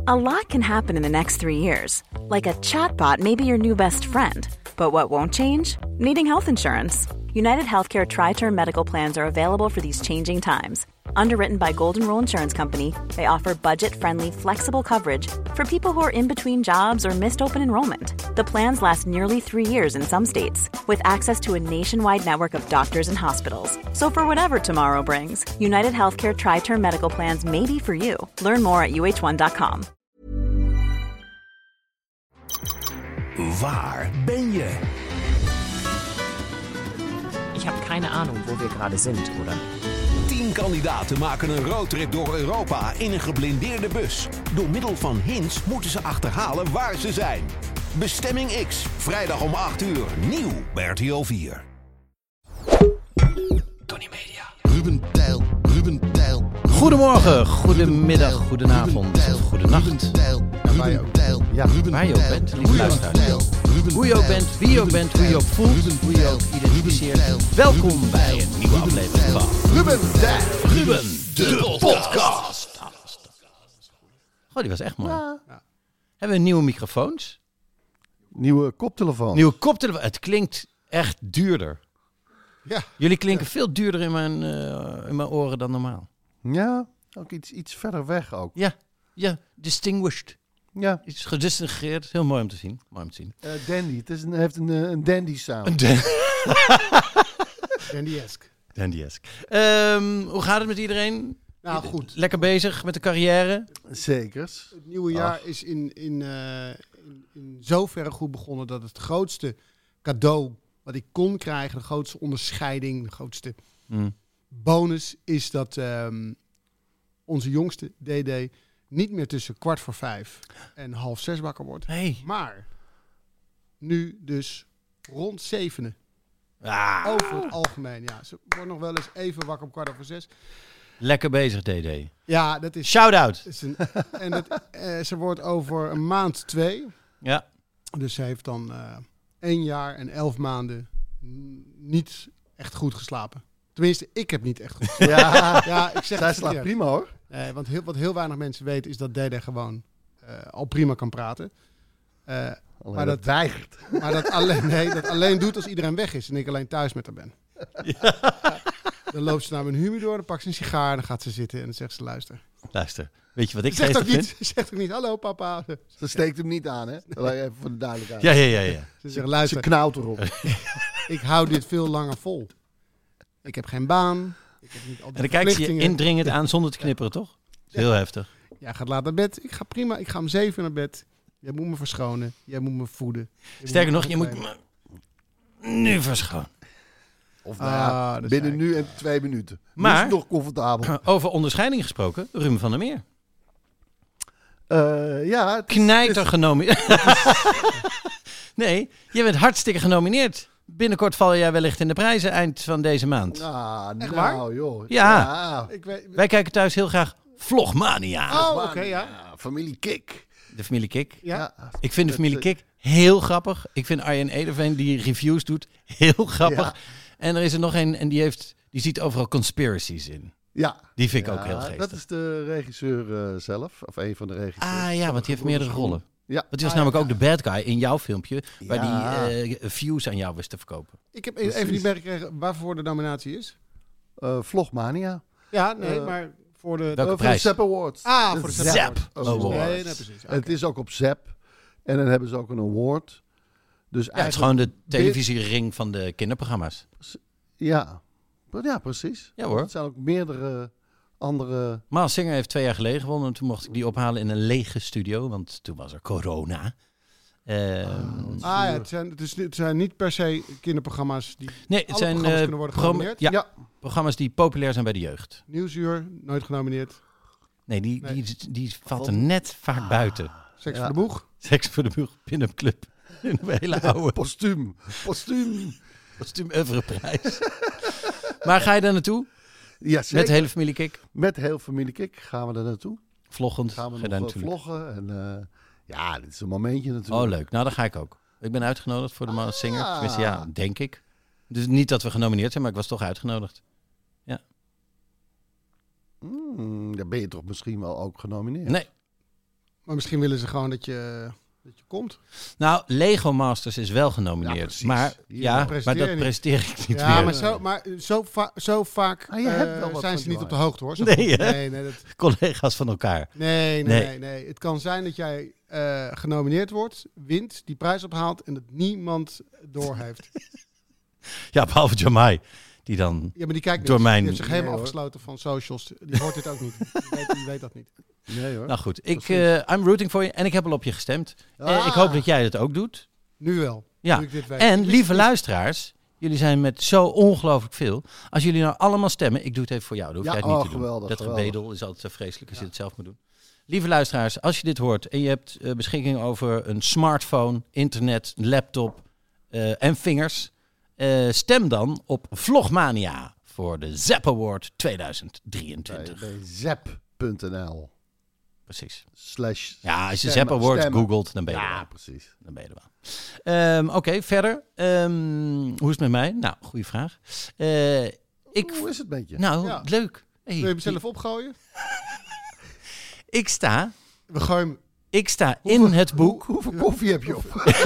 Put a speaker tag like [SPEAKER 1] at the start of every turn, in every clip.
[SPEAKER 1] A lot can happen in the next 3 years. Like a chatbot may be your new best friend. But what won't change? Needing health insurance. United Healthcare Tri-Term Medical Plans are available for these changing times. Underwritten by Golden Rule Insurance Company, they offer budget-friendly, flexible coverage for people who are in between jobs or missed open enrollment. The plans last nearly 3 years in some states, with access to a nationwide network of doctors and hospitals. So for whatever tomorrow brings, United Healthcare Tri-Term Medical Plans may be for you. Learn more at uh1.com.
[SPEAKER 2] Waar ben je?
[SPEAKER 3] Ich habe keine Ahnung, wo wir gerade sind, oder?
[SPEAKER 2] 10 kandidaten maken een roadtrip door Europa in een geblindeerde bus. Door middel van hints moeten ze achterhalen waar ze zijn. Bestemming X, vrijdag om 8 uur, nieuw bij RTL 4. Tony Media.
[SPEAKER 4] Ruben Tijl.
[SPEAKER 5] Goedemorgen, goedemiddag, goedenavond, goedenacht.
[SPEAKER 4] Waar je ook bent.
[SPEAKER 5] Ja, waar je ook bent, lieve luisteraars. Hoe je ook bent, wie je ook bent, hoe je ook voelt, hoe je ook identificeert. Welkom bij een nieuwe aflevering van
[SPEAKER 4] Ruben
[SPEAKER 5] de podcast. Oh, die was echt mooi.
[SPEAKER 4] Ja.
[SPEAKER 5] Hebben we nieuwe microfoons?
[SPEAKER 4] Nieuwe koptelefoon.
[SPEAKER 5] Nieuwe koptelefoon. Het klinkt echt duurder.
[SPEAKER 4] Ja.
[SPEAKER 5] Jullie klinken veel duurder in mijn oren dan normaal.
[SPEAKER 4] Ja, ook iets verder weg ook.
[SPEAKER 5] Ja, distinguished.
[SPEAKER 4] Ja.
[SPEAKER 5] Iets gedistingeerd. Heel mooi om te zien.
[SPEAKER 4] Dandy. Het heeft een dandy sound.
[SPEAKER 6] Dandy-esque.
[SPEAKER 5] Dandy-esque. Hoe gaat het met iedereen?
[SPEAKER 6] Nou, goed.
[SPEAKER 5] Lekker bezig met de carrière?
[SPEAKER 4] Zekers.
[SPEAKER 6] Het nieuwe jaar is in zoverre goed begonnen dat het grootste cadeau wat ik kon krijgen, de grootste onderscheiding, de grootste bonus is dat onze jongste DD niet meer tussen 5:15 en 5:30 wakker wordt.
[SPEAKER 5] Hey.
[SPEAKER 6] Maar nu dus rond 7.
[SPEAKER 5] Ah.
[SPEAKER 6] Over het algemeen. Ja, ze wordt nog wel eens even wakker om 5:15.
[SPEAKER 5] Lekker bezig, DD.
[SPEAKER 6] Ja, dat is...
[SPEAKER 5] Shout-out.
[SPEAKER 6] Ze wordt over een maand 2.
[SPEAKER 5] Ja.
[SPEAKER 6] Dus ze heeft dan 1 jaar en 11 maanden niet echt goed geslapen. Tenminste, ik heb niet echt goed geslapen.
[SPEAKER 4] Ja,
[SPEAKER 6] ik zeg
[SPEAKER 4] zij
[SPEAKER 6] het
[SPEAKER 4] slaapt
[SPEAKER 6] verkeerd.
[SPEAKER 4] prima hoor.
[SPEAKER 6] Want wat heel weinig mensen weten is dat Dede gewoon al prima kan praten.
[SPEAKER 4] Maar dat weigert.
[SPEAKER 6] Maar dat alleen doet als iedereen weg is en ik alleen thuis met haar ben.
[SPEAKER 5] Ja.
[SPEAKER 6] Dan loopt ze naar mijn humidor, dan pakt ze een sigaar en dan gaat ze zitten en dan zegt ze
[SPEAKER 5] Luister, weet je wat ik
[SPEAKER 6] zegt
[SPEAKER 5] geestig vind?
[SPEAKER 6] Ze zegt ook niet, hallo papa.
[SPEAKER 4] Ze steekt hem niet aan, hè? Even voor de duidelijkheid.
[SPEAKER 5] Ja.
[SPEAKER 6] Ze zegt, luister,
[SPEAKER 4] Ze knauwt erop.
[SPEAKER 6] ik hou dit veel langer vol. Ik heb geen baan. Ik heb niet al die
[SPEAKER 5] En dan kijkt ze je
[SPEAKER 6] verplichtingen.
[SPEAKER 5] indringend aan zonder te knipperen, toch? Dat is heel heftig.
[SPEAKER 6] Jij gaat laat naar bed. Ik ga prima. Ik ga om 7 naar bed. Jij moet me verschonen. Jij moet me voeden.
[SPEAKER 5] Sterker nog, je moet me nu verschonen.
[SPEAKER 4] Of
[SPEAKER 6] dat is
[SPEAKER 4] binnen nu en 2 minuten.
[SPEAKER 5] Maar-
[SPEAKER 4] Maar, is het nog comfortabel.
[SPEAKER 5] Over onderscheiding gesproken, Ruben van der Meer.
[SPEAKER 4] Ja, het is-
[SPEAKER 5] Knijter genomineerd. Nee, je bent hartstikke genomineerd. Binnenkort val jij wellicht in de prijzen eind van deze maand.
[SPEAKER 4] Nou,
[SPEAKER 6] waar?
[SPEAKER 4] joh.
[SPEAKER 5] Ja.
[SPEAKER 6] Ik weet...
[SPEAKER 5] Wij kijken thuis heel graag Vlogmania.
[SPEAKER 6] Oh, oké, ja.
[SPEAKER 4] Familie Kik.
[SPEAKER 5] De familie Kik.
[SPEAKER 6] Ja.
[SPEAKER 5] Ik vind de familie Kik heel grappig. Ik vind Arjen Ederveen, die reviews doet, heel grappig.
[SPEAKER 4] Ja.
[SPEAKER 5] En er is er nog een en die ziet overal conspiracies in.
[SPEAKER 4] Ja.
[SPEAKER 5] Die vind ik ook heel geestig.
[SPEAKER 4] Dat is de regisseur zelf. Of een van de regisseurs.
[SPEAKER 5] Ah ja, want die heeft meerdere rollen.
[SPEAKER 4] Ja.
[SPEAKER 5] Want die was namelijk ook de bad guy in jouw filmpje, waar
[SPEAKER 4] Ja.
[SPEAKER 5] die views aan jou wist te verkopen.
[SPEAKER 6] Ik heb even niet meegekregen waarvoor de nominatie is.
[SPEAKER 4] Vlogmania.
[SPEAKER 6] Ja, nee, maar voor de...
[SPEAKER 5] Welke
[SPEAKER 4] Voor de
[SPEAKER 5] prijs?
[SPEAKER 4] Zap Awards.
[SPEAKER 6] Ah, voor de
[SPEAKER 4] Zap
[SPEAKER 6] Zap
[SPEAKER 4] Awards.
[SPEAKER 6] Nee, precies.
[SPEAKER 4] En het is ook op Zap. En dan hebben ze ook een award. Dus
[SPEAKER 5] Ja, het is gewoon de televisiering van de kinderprogramma's.
[SPEAKER 4] Ja, precies.
[SPEAKER 5] Ja hoor.
[SPEAKER 4] Het zijn ook meerdere andere...
[SPEAKER 5] Maas Singer heeft 2 jaar geleden gewonnen. En toen mocht ik die ophalen in een lege studio, want toen was er corona.
[SPEAKER 6] Het zijn niet per se kinderprogramma's die...
[SPEAKER 5] Nee, het
[SPEAKER 6] alle
[SPEAKER 5] zijn
[SPEAKER 6] programma's kunnen worden genomineerd.
[SPEAKER 5] ja, programma's die populair zijn bij de jeugd.
[SPEAKER 6] Nieuwsuur, nooit genomineerd.
[SPEAKER 5] Nee,
[SPEAKER 6] Nee.
[SPEAKER 5] die valt er net vaak buiten.
[SPEAKER 6] Seks
[SPEAKER 4] Ja.
[SPEAKER 6] voor de boeg.
[SPEAKER 5] Seks voor de boeg, pin-up club. Een hele oude
[SPEAKER 4] Postuum.
[SPEAKER 5] kostuum prijs. Maar ga je daar naartoe?
[SPEAKER 4] Ja,
[SPEAKER 5] Met
[SPEAKER 4] zeker.
[SPEAKER 5] de hele familie Kik?
[SPEAKER 4] Met heel familie Kik gaan we er naartoe.
[SPEAKER 5] Vloggend?
[SPEAKER 4] Gaan we
[SPEAKER 5] Ga je daar
[SPEAKER 4] nog
[SPEAKER 5] natuurlijk?
[SPEAKER 4] vloggen. En ja, dit is een momentje natuurlijk.
[SPEAKER 5] Oh, leuk. Nou, dan ga ik ook. Ik ben uitgenodigd voor de Maas Singer.
[SPEAKER 4] Ah.
[SPEAKER 5] Tenminste, ja, denk ik. Dus niet dat we genomineerd zijn, maar ik was toch uitgenodigd.
[SPEAKER 4] Dan ben je toch misschien wel ook genomineerd?
[SPEAKER 5] Nee.
[SPEAKER 6] Maar misschien willen ze gewoon dat je komt.
[SPEAKER 5] Nou, Lego Masters is wel genomineerd.
[SPEAKER 4] Ja,
[SPEAKER 5] maar
[SPEAKER 6] presenteer
[SPEAKER 5] dat
[SPEAKER 6] je niet.
[SPEAKER 5] presenteer ik niet
[SPEAKER 6] Ja,
[SPEAKER 5] weer.
[SPEAKER 6] maar zo vaak
[SPEAKER 4] je hebt wel wat
[SPEAKER 6] zijn
[SPEAKER 4] van
[SPEAKER 6] ze niet
[SPEAKER 4] die
[SPEAKER 6] op de hoogte, hoor. Zo
[SPEAKER 5] Nee,
[SPEAKER 6] goed.
[SPEAKER 5] hè?
[SPEAKER 6] Nee, dat...
[SPEAKER 5] Collega's van elkaar.
[SPEAKER 6] Nee. Het kan zijn dat jij genomineerd wordt, wint, die prijs ophaalt en dat niemand doorheeft.
[SPEAKER 5] Ja, behalve Jamai. Die dan...
[SPEAKER 6] Ja, maar die kijkt
[SPEAKER 5] Door
[SPEAKER 6] niet.
[SPEAKER 5] mijn-
[SPEAKER 6] Die heeft zich helemaal
[SPEAKER 4] Nee, hoor.
[SPEAKER 6] afgesloten van socials. Die hoort dit ook niet. Die weet dat niet.
[SPEAKER 4] Nee hoor.
[SPEAKER 5] Nou goed, I'm rooting voor je en ik heb al op je gestemd.
[SPEAKER 4] Ah.
[SPEAKER 5] Ik hoop dat jij dat ook doet.
[SPEAKER 6] Nu wel.
[SPEAKER 5] Ja.
[SPEAKER 6] Nu ik dit weet.
[SPEAKER 5] En lieve luisteraars, jullie zijn met zo ongelooflijk veel. Als jullie nou allemaal stemmen, ik doe het even voor jou, dan hoef
[SPEAKER 4] Ja,
[SPEAKER 5] jij het niet te
[SPEAKER 4] geweldig,
[SPEAKER 5] doen. Dat
[SPEAKER 4] geweldig.
[SPEAKER 5] gewedel is altijd zo vreselijk als je het zelf moet doen. Lieve luisteraars, als je dit hoort en je hebt beschikking over een smartphone, internet, laptop en vingers, stem dan op Vlogmania voor de Zap Award 2023.
[SPEAKER 4] Bij zap.nl
[SPEAKER 5] Precies.
[SPEAKER 4] /
[SPEAKER 5] Ja, als je
[SPEAKER 4] stemmen,
[SPEAKER 5] Zap Award
[SPEAKER 4] stemmen.
[SPEAKER 5] googelt, dan ben je er
[SPEAKER 4] Ja,
[SPEAKER 5] wel.
[SPEAKER 4] precies.
[SPEAKER 5] Dan ben je er wel. Oké, verder. Hoe is het met mij? Nou, goede vraag.
[SPEAKER 4] Hoe is het met je?
[SPEAKER 5] Nou,
[SPEAKER 6] Ja.
[SPEAKER 5] leuk. Hey,
[SPEAKER 6] Wil je hem zelf opgooien?
[SPEAKER 5] ik sta
[SPEAKER 6] We gooien hem.
[SPEAKER 5] in het boek.
[SPEAKER 4] Hoeveel koffie heb je op?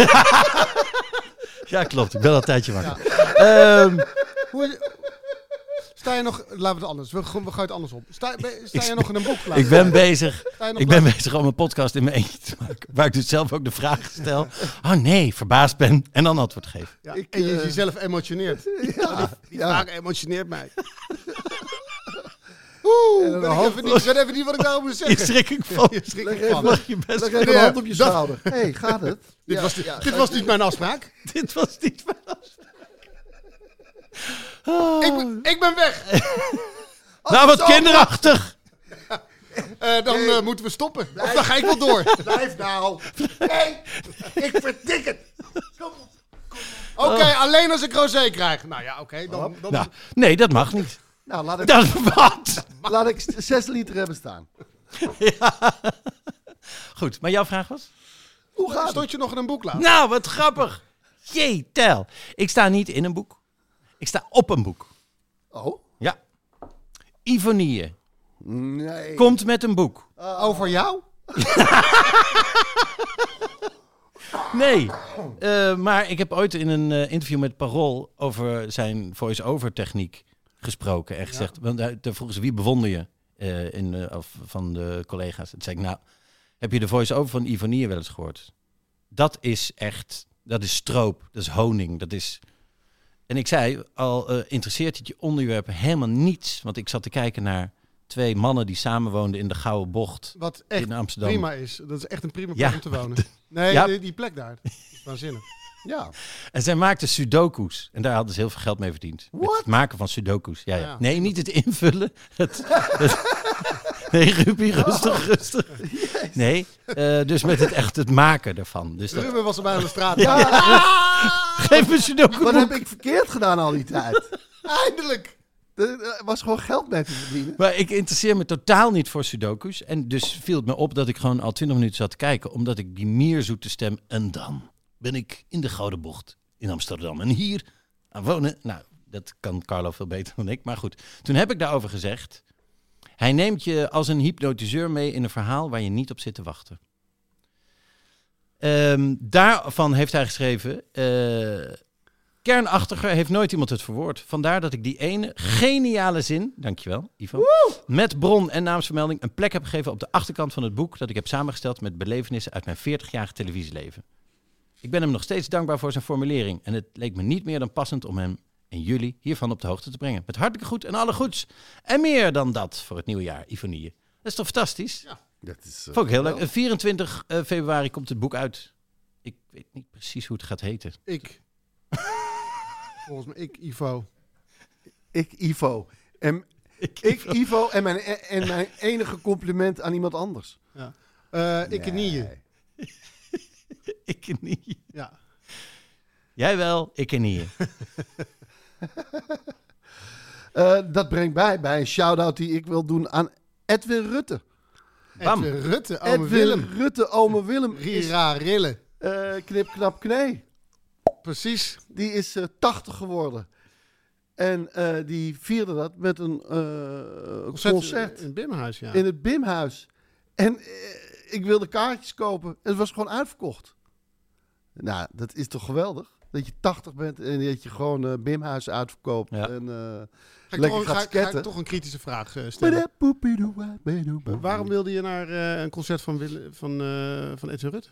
[SPEAKER 5] Ja, klopt. Ik ben al een tijdje wakker.
[SPEAKER 6] Sta je nog... Laten we het anders. We gooien het anders op. Sta je nog in een boek?
[SPEAKER 5] Ik ben bezig.
[SPEAKER 6] Sta je nog
[SPEAKER 5] Ik ben bezig om een podcast in mijn eentje te maken. Waar ik dus zelf ook de vraag stel. Oh nee, verbaasd ben. En dan antwoord geef.
[SPEAKER 6] Ja,
[SPEAKER 4] Ik,
[SPEAKER 6] en je jezelf emotioneert. Die
[SPEAKER 4] ja.
[SPEAKER 6] vraag emotioneert mij.
[SPEAKER 4] En een
[SPEAKER 6] Ik
[SPEAKER 4] hand-
[SPEAKER 6] weet even niet wat ik nou moet
[SPEAKER 5] Hier
[SPEAKER 6] zeggen.
[SPEAKER 5] schrik ik van.
[SPEAKER 6] Je schrik
[SPEAKER 4] Leg
[SPEAKER 6] ik van.
[SPEAKER 5] Mag je best
[SPEAKER 4] Leg
[SPEAKER 5] wel.
[SPEAKER 4] even een hand op je
[SPEAKER 6] dat-
[SPEAKER 4] schouder. Hé, gaat het?
[SPEAKER 6] Dit was niet mijn afspraak.
[SPEAKER 5] Dit was niet mijn
[SPEAKER 6] Ik ben weg.
[SPEAKER 5] Nou, wat kinderachtig.
[SPEAKER 6] Dan moeten we stoppen. Of dan ga ik wel door.
[SPEAKER 4] Blijf nou. Nee, ik verdik het.
[SPEAKER 6] Oké, alleen als ik rosé krijg. Nou ja, oké. Dan
[SPEAKER 5] Nou, nee, dat mag niet.
[SPEAKER 4] Nou,
[SPEAKER 5] Wat?
[SPEAKER 4] laat ik 6 liter hebben staan.
[SPEAKER 5] Goed, maar jouw vraag was?
[SPEAKER 4] Hoe gaat het?
[SPEAKER 6] stond je nog in een boek laat.
[SPEAKER 5] Nou, wat grappig. Jee, tel. Ik sta niet in een boek. Ik sta op een boek.
[SPEAKER 4] Oh?
[SPEAKER 5] Ja. Ivonie
[SPEAKER 4] Nee.
[SPEAKER 5] komt met een boek.
[SPEAKER 6] Over jou?
[SPEAKER 5] Nee. Maar ik heb ooit in een interview met Parool over zijn voice-over techniek gesproken. En gezegd, want daar vroegen ze, wie bewonder je van de collega's? Toen zei ik, nou, heb je de voice-over van Ivonie wel eens gehoord? Dat is echt, dat is stroop, dat is honing, dat is... En ik zei, interesseert het je onderwerp helemaal niets? Want ik zat te kijken naar 2 mannen die samenwoonden in de Gouden Bocht
[SPEAKER 6] Wat echt
[SPEAKER 5] in Amsterdam.
[SPEAKER 6] prima is. Dat is echt een prima plek
[SPEAKER 5] Ja,
[SPEAKER 6] om te wonen. Nee,
[SPEAKER 5] Ja.
[SPEAKER 6] die plek daar. Dat is waanzinnig.
[SPEAKER 4] Ja.
[SPEAKER 5] En zij maakten sudoku's. En daar hadden ze heel veel geld mee verdiend. Met het maken van sudoku's. Ja, ja.
[SPEAKER 6] Ja.
[SPEAKER 5] Nee, niet het invullen. Nee, Ruby, rustig. Nee, dus met het maken ervan. Dus dat...
[SPEAKER 6] Ruben was er bij aan de straat.
[SPEAKER 5] Geef me sudoku.
[SPEAKER 4] Wat heb ik verkeerd gedaan al die tijd?
[SPEAKER 6] Eindelijk!
[SPEAKER 4] Er was gewoon geld mee te verdienen.
[SPEAKER 5] Maar ik interesseer me totaal niet voor sudoku's. En dus viel het me op dat ik gewoon al 20 minuten zat te kijken. Omdat ik die mierzoete stem... En dan ben ik in de Gouden Bocht in Amsterdam. En hier aan wonen... Nou, dat kan Carlo veel beter dan ik. Maar goed, toen heb ik daarover gezegd... Hij neemt je als een hypnotiseur mee in een verhaal waar je niet op zit te wachten. Daarvan heeft hij geschreven... kernachtiger heeft nooit iemand het verwoord. Vandaar dat ik die ene geniale zin... Dankjewel, Ivo. Met bron en naamsvermelding een plek heb gegeven op de achterkant van het boek... dat ik heb samengesteld met belevenissen uit mijn 40-jarige televisieleven. Ik ben hem nog steeds dankbaar voor zijn formulering. En het leek me niet meer dan passend om hem en jullie hiervan op de hoogte te brengen. Met hartelijke groet en alle goeds. En meer dan dat voor het nieuwe jaar, Ivonie. Dat is toch fantastisch?
[SPEAKER 6] Ja.
[SPEAKER 4] Dat is,
[SPEAKER 5] Vond ik heel leuk. 24 februari komt het boek uit. Ik weet niet precies hoe het gaat heten.
[SPEAKER 6] Ik. Volgens mij, Ivo.
[SPEAKER 4] Ik, Ivo. Ik, Ivo, en mijn enige compliment aan iemand anders.
[SPEAKER 6] Ik niet.
[SPEAKER 5] Ik niet.
[SPEAKER 6] Ja.
[SPEAKER 5] Jij wel, ik niet.
[SPEAKER 4] Dat brengt bij een shout-out die ik wil doen aan Edwin Rutte.
[SPEAKER 5] Bam.
[SPEAKER 6] Edwin Rutte, ome
[SPEAKER 4] Edwin
[SPEAKER 6] Willem.
[SPEAKER 4] Rutte, ome Willem.
[SPEAKER 6] Rira, rillen.
[SPEAKER 4] Knip, knap, knee.
[SPEAKER 6] Precies.
[SPEAKER 4] Die is 80 geworden. En die vierde dat met een concert
[SPEAKER 6] In het Bimhuis, ja.
[SPEAKER 4] in het Bimhuis. En ik wilde kaartjes kopen en het was gewoon uitverkocht. Nou, dat is toch geweldig? Dat je 80 bent en dat je gewoon Bimhuis uitverkoopt.
[SPEAKER 5] Ja.
[SPEAKER 4] En
[SPEAKER 6] Ga
[SPEAKER 4] gaat
[SPEAKER 6] ik
[SPEAKER 4] sketten.
[SPEAKER 6] toch een kritische vraag stellen. Waarom wilde je naar een concert van Edwin Rutte?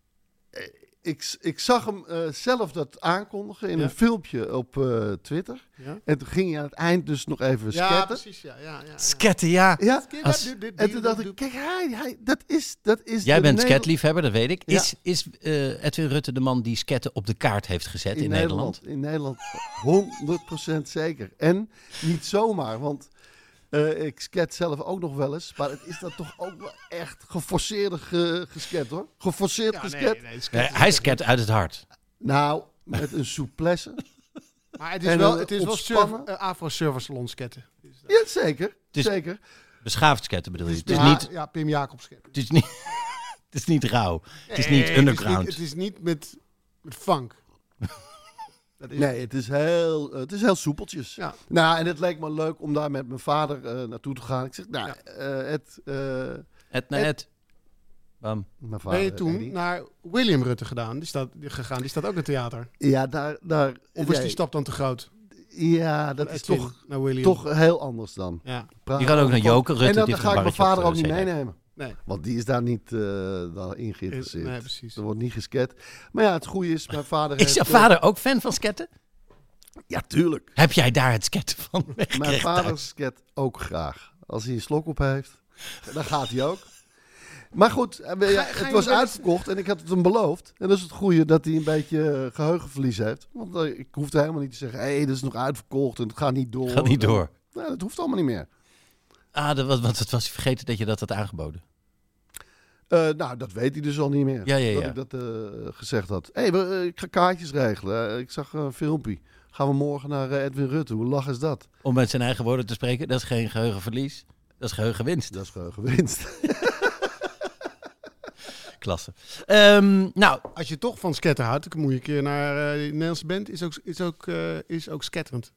[SPEAKER 4] Ik zag hem zelf dat aankondigen in
[SPEAKER 6] Ja.
[SPEAKER 4] een filmpje op Twitter.
[SPEAKER 6] Ja,
[SPEAKER 4] En toen ging hij aan het eind dus nog even
[SPEAKER 6] ja
[SPEAKER 4] sketten.
[SPEAKER 6] precies. Ja.
[SPEAKER 5] Sketten, ja.
[SPEAKER 4] Ja,
[SPEAKER 6] En
[SPEAKER 4] en toen dacht ik, kijk, dat is
[SPEAKER 5] Jij
[SPEAKER 4] de
[SPEAKER 5] bent
[SPEAKER 4] Nederland-
[SPEAKER 5] sketliefhebber, dat weet ik.
[SPEAKER 4] Ja.
[SPEAKER 5] Is Edwin Rutte de man die sketten op de kaart heeft gezet in Nederland?
[SPEAKER 4] In Nederland 100% zeker. En niet zomaar, want ik sket zelf ook nog wel eens. Maar het is dan toch ook wel echt geforceerd gesket, hoor. Geforceerd gesket.
[SPEAKER 5] Hij sket uit het hart.
[SPEAKER 4] Nou, met een souplesse.
[SPEAKER 6] Maar het
[SPEAKER 4] En
[SPEAKER 6] is wel
[SPEAKER 4] ontspannen.
[SPEAKER 6] Afro-server-salon sketten.
[SPEAKER 4] Ja, zeker.
[SPEAKER 5] is-
[SPEAKER 4] Zeker.
[SPEAKER 5] Beschaafd sketten bedoel je? Het is
[SPEAKER 6] Ja,
[SPEAKER 5] niet,
[SPEAKER 6] ja, Pim Jacobs sketten.
[SPEAKER 5] het is niet, het is niet rauw. Het is
[SPEAKER 6] Nee,
[SPEAKER 5] niet underground.
[SPEAKER 6] Het is niet met funk. Dat is
[SPEAKER 4] Nee, het is heel soepeltjes.
[SPEAKER 6] Ja.
[SPEAKER 4] Nou, en het leek me leuk om daar met mijn vader naartoe te gaan. Ik zeg, nou,
[SPEAKER 5] Ed. Bam.
[SPEAKER 4] mijn vader,
[SPEAKER 6] Ben je toen
[SPEAKER 4] Eddie.
[SPEAKER 6] naar William Rutte gegaan? Die staat ook in het theater.
[SPEAKER 4] Ja, daar
[SPEAKER 6] Of is
[SPEAKER 4] nee,
[SPEAKER 6] die stap dan te groot?
[SPEAKER 4] Ja, dat is
[SPEAKER 6] Edwin naar William.
[SPEAKER 4] toch heel anders dan.
[SPEAKER 6] Ja.
[SPEAKER 5] Je kan ook naar Joke Rutte.
[SPEAKER 4] En dan
[SPEAKER 5] die
[SPEAKER 4] ga ik mijn
[SPEAKER 5] barretje op
[SPEAKER 4] vader
[SPEAKER 5] de
[SPEAKER 4] ook niet
[SPEAKER 5] CD.
[SPEAKER 4] meenemen.
[SPEAKER 6] Nee.
[SPEAKER 4] Want die is daar niet in geïnteresseerd.
[SPEAKER 6] Nee, precies.
[SPEAKER 4] Er wordt niet gesket. Maar ja, het goede is, mijn vader
[SPEAKER 5] Is jouw vader ook fan van sketten?
[SPEAKER 4] Ja, tuurlijk.
[SPEAKER 5] Heb jij daar het sketten van
[SPEAKER 4] Mijn
[SPEAKER 5] weggekregen
[SPEAKER 4] vader
[SPEAKER 5] thuis?
[SPEAKER 4] sket ook graag. Als hij een slok op heeft, dan gaat hij ook. Maar goed, het
[SPEAKER 6] je
[SPEAKER 4] was
[SPEAKER 6] wel eens-
[SPEAKER 4] uitverkocht en ik had het hem beloofd. En dat is het goede dat hij een beetje geheugenverlies heeft. Want ik hoefde helemaal niet te zeggen, dat is nog uitverkocht en het gaat niet door.
[SPEAKER 5] Gaat niet door.
[SPEAKER 4] Nou, dat hoeft allemaal niet meer.
[SPEAKER 5] Want het was vergeten dat je dat had aangeboden.
[SPEAKER 4] Nou, dat weet hij dus al niet meer.
[SPEAKER 5] Ja.
[SPEAKER 4] Dat ik dat gezegd had. Ik ga kaartjes regelen. Ik zag een filmpje. Gaan we morgen naar Edwin Rutte. Hoe lach is dat?
[SPEAKER 5] Om met zijn eigen woorden te spreken, dat is geen geheugenverlies. Dat is geheugenwinst.
[SPEAKER 4] Dat is gewinst.
[SPEAKER 5] Klasse. Nou,
[SPEAKER 6] Als je toch van sketten houdt, dan moet je een keer naar de Nederlandse band. Is ook scatterend.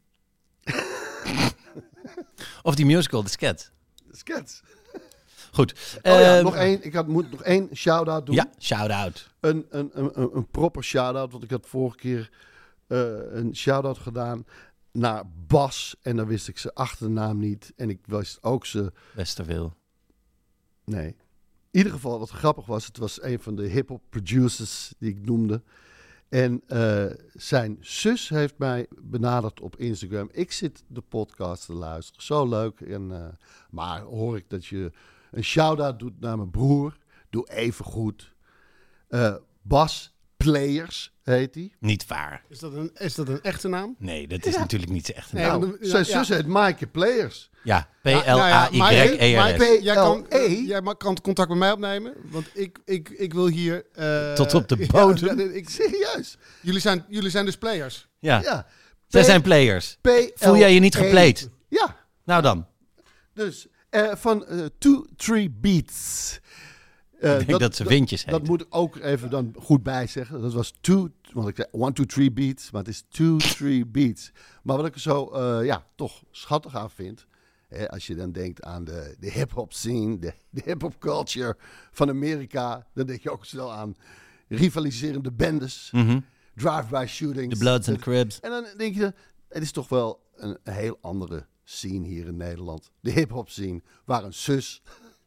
[SPEAKER 5] of die musical, de sket.
[SPEAKER 4] Skets.
[SPEAKER 5] Goed.
[SPEAKER 4] Nog één. Moet nog één shout-out doen.
[SPEAKER 5] Ja, shout-out.
[SPEAKER 4] Een proper shout-out. Want ik had vorige keer een shout-out gedaan naar Bas. En dan wist ik zijn achternaam niet. En ik wist ook ze...
[SPEAKER 5] Westerveel.
[SPEAKER 4] Nee. In ieder geval, wat grappig was, het was een van de hip-hop producers die ik noemde. En zijn zus heeft mij benaderd op Instagram. Ik zit de podcast te luisteren. Zo leuk. Maar hoor ik dat je een shout-out doet naar mijn broer. Doe even goed. Bas Players heet hij.
[SPEAKER 5] Niet waar.
[SPEAKER 6] Is dat een echte naam?
[SPEAKER 5] Nee, dat is natuurlijk niet zijn echte
[SPEAKER 6] Nee,
[SPEAKER 5] naam.
[SPEAKER 6] want-
[SPEAKER 4] Zijn zus heet Maaike Players.
[SPEAKER 5] Ja,
[SPEAKER 6] Mike,
[SPEAKER 5] P-L-A-Y-E-R-S.
[SPEAKER 6] Jij kan contact met mij opnemen, want ik wil hier...
[SPEAKER 5] Tot op de bodem.
[SPEAKER 4] Serieus.
[SPEAKER 6] Jullie zijn dus players.
[SPEAKER 5] Ja,
[SPEAKER 4] Ja.
[SPEAKER 5] zij zijn players. Voel jij je niet gepleed?
[SPEAKER 4] Ja.
[SPEAKER 5] Nou dan.
[SPEAKER 4] Dus van 2-3 Beats.
[SPEAKER 5] Ik denk dat ze windjes
[SPEAKER 4] Dat
[SPEAKER 5] heet.
[SPEAKER 4] moet ik ook even dan goed bij zeggen. Dat was 2, want ik zei 1, 2, 3 Beats, maar het is 2-3 Beats. Maar wat ik er zo toch schattig aan vind, als je dan denkt aan de hip-hop scene, de hip-hop culture van Amerika, dan denk je ook snel aan rivaliserende bendes, drive-by shootings.
[SPEAKER 5] De Bloods and Cribs.
[SPEAKER 4] En dan denk je, het is toch wel een heel andere scene hier in Nederland. De hip-hop scene, waar een zus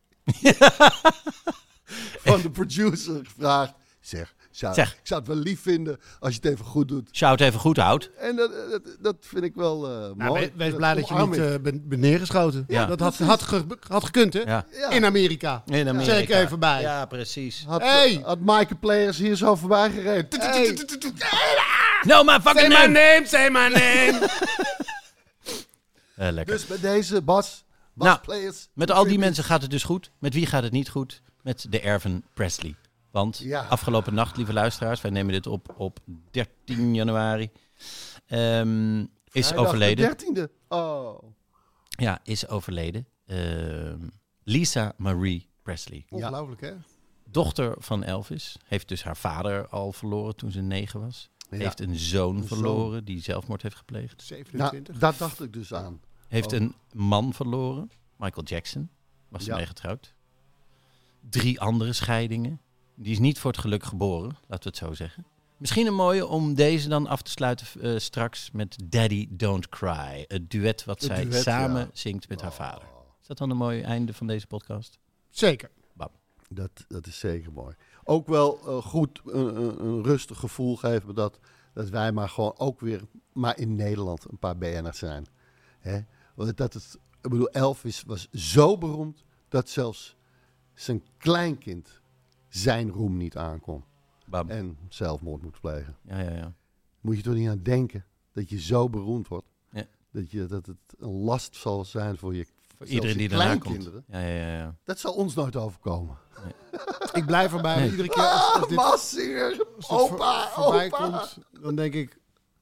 [SPEAKER 4] van de producer gevraagd. Zeg, ik zou het wel lief vinden als je het even goed doet.
[SPEAKER 5] Shout even goed houdt.
[SPEAKER 4] En dat vind ik wel mooi.
[SPEAKER 6] Wees blij dat je
[SPEAKER 4] omarm
[SPEAKER 6] niet bent neergeschoten.
[SPEAKER 5] Ja.
[SPEAKER 6] Dat had gekund, hè?
[SPEAKER 5] Ja.
[SPEAKER 4] Ja.
[SPEAKER 6] In Amerika.
[SPEAKER 5] In Amerika.
[SPEAKER 6] Zeg ik even bij.
[SPEAKER 5] Ja, precies.
[SPEAKER 4] Had Maaike Players hier zo voorbij gereden.
[SPEAKER 6] Hey,
[SPEAKER 5] No, my fucking name!
[SPEAKER 6] say my name.
[SPEAKER 5] Lekker.
[SPEAKER 4] Dus met deze Bas
[SPEAKER 5] Nou,
[SPEAKER 4] Players.
[SPEAKER 5] Met al die mensen gaat het dus goed. Met wie gaat het niet goed? Met de Erven Presley. Want
[SPEAKER 4] Ja.
[SPEAKER 5] afgelopen nacht, lieve luisteraars, wij nemen dit op 13 januari, is
[SPEAKER 4] Vrijdag
[SPEAKER 5] overleden.
[SPEAKER 4] De 13e. Oh.
[SPEAKER 5] Ja, is overleden. Lisa Marie Presley.
[SPEAKER 6] Ongelooflijk, hè?
[SPEAKER 5] Dochter van Elvis. Heeft dus haar vader al verloren toen ze 9 was.
[SPEAKER 4] Ja.
[SPEAKER 5] Heeft een zoon verloren die zelfmoord heeft gepleegd.
[SPEAKER 6] 27.
[SPEAKER 4] Nou, daar dacht ik dus aan.
[SPEAKER 5] Heeft een man verloren. Michael Jackson. Was
[SPEAKER 4] Ja.
[SPEAKER 5] ermee getrouwd. 3 andere scheidingen. Die is niet voor het geluk geboren, laten we het zo zeggen. Misschien een mooie om deze dan af te sluiten straks met Daddy Don't Cry. Het duet wat zij samen zingt met haar vader. Is dat dan een mooi einde van deze podcast?
[SPEAKER 6] Zeker.
[SPEAKER 5] Bam.
[SPEAKER 4] Dat is zeker mooi. Ook wel goed een rustig gevoel geven me dat wij maar gewoon ook weer maar in Nederland een paar BN'ers zijn. Hè? Want ik bedoel, Elvis was zo beroemd dat zelfs zijn kleinkind zijn roem niet aankon.
[SPEAKER 5] Bam.
[SPEAKER 4] En zelfmoord moet plegen.
[SPEAKER 5] Ja.
[SPEAKER 4] Moet je toch niet aan denken dat je zo beroemd wordt.
[SPEAKER 5] Ja.
[SPEAKER 4] Dat het een last zal zijn voor
[SPEAKER 5] iedereen die daarna komt. Ja.
[SPEAKER 4] Dat zal ons nooit overkomen.
[SPEAKER 5] Nee.
[SPEAKER 6] Ik blijf erbij. Nee. Iedere keer als dit
[SPEAKER 4] Massinger,
[SPEAKER 6] voorbij komt, dan denk ik...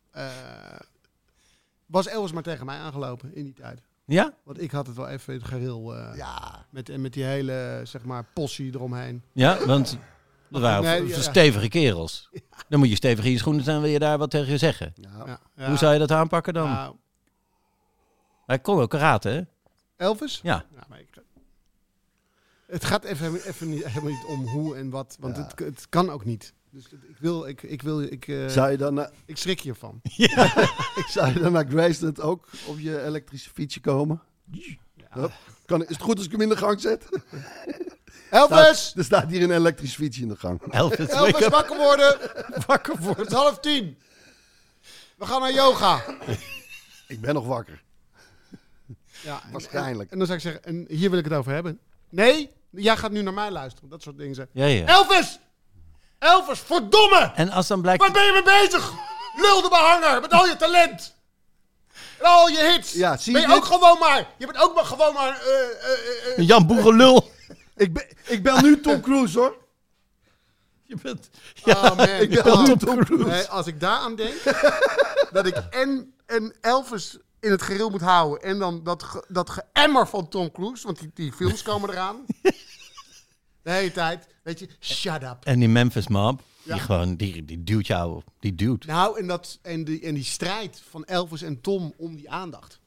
[SPEAKER 6] was Elvis maar tegen mij aangelopen in die tijd.
[SPEAKER 5] Ja?
[SPEAKER 6] Want ik had het wel even in het gereel. Met die hele, zeg maar, possie eromheen.
[SPEAKER 5] Ja, want dat waren stevige kerels. Ja. Dan moet je stevig in je schoenen staan, wil je daar wat tegen je zeggen.
[SPEAKER 6] Ja.
[SPEAKER 5] Hoe zou je dat aanpakken dan?
[SPEAKER 6] Nou,
[SPEAKER 5] hij kon ook karate, hè?
[SPEAKER 6] Elvis?
[SPEAKER 5] Ja.
[SPEAKER 6] Maar het gaat even helemaal niet om hoe en wat, want het kan ook niet. Dus
[SPEAKER 4] zou je dan
[SPEAKER 6] ik schrik hiervan.
[SPEAKER 5] Ja.
[SPEAKER 4] Zou je dan naar Graceland ook op je elektrische fietsje komen? Ja. Is het goed als ik hem in de gang zet?
[SPEAKER 6] Elvis!
[SPEAKER 4] Er staat hier een elektrisch fietsje in de gang.
[SPEAKER 6] Elvis, wakker worden! Het is 9:30. We gaan naar yoga.
[SPEAKER 4] Ik ben nog wakker.
[SPEAKER 6] Ja,
[SPEAKER 4] waarschijnlijk.
[SPEAKER 6] En dan zou ik zeggen, en hier wil ik het over hebben. Nee, jij gaat nu naar mij luisteren. Dat soort dingen zeggen.
[SPEAKER 5] Ja.
[SPEAKER 6] Elvis, verdomme!
[SPEAKER 5] En als dan blijkt...
[SPEAKER 6] Waar ben je mee bezig? Lul de behanger, met al je talent. En al je hits.
[SPEAKER 4] Ja, zie
[SPEAKER 6] ben je ook gewoon maar... Je bent ook maar gewoon maar...
[SPEAKER 5] Een Jan Boerenlul.
[SPEAKER 4] Ik bel nu Tom Cruise, hoor.
[SPEAKER 5] Je bent...
[SPEAKER 6] Ja, man.
[SPEAKER 4] Ik bel nu Tom Cruise.
[SPEAKER 6] Nee, als ik daaraan denk... dat ik en Elvis in het gereel moet houden... en dan dat geëmmer van Tom Cruise... want die films komen eraan... De hele tijd, weet je, shut up.
[SPEAKER 5] En die Memphis Mob, die duwt jou, die duwt.
[SPEAKER 6] Nou, en die strijd van Elvis en Tom om die aandacht.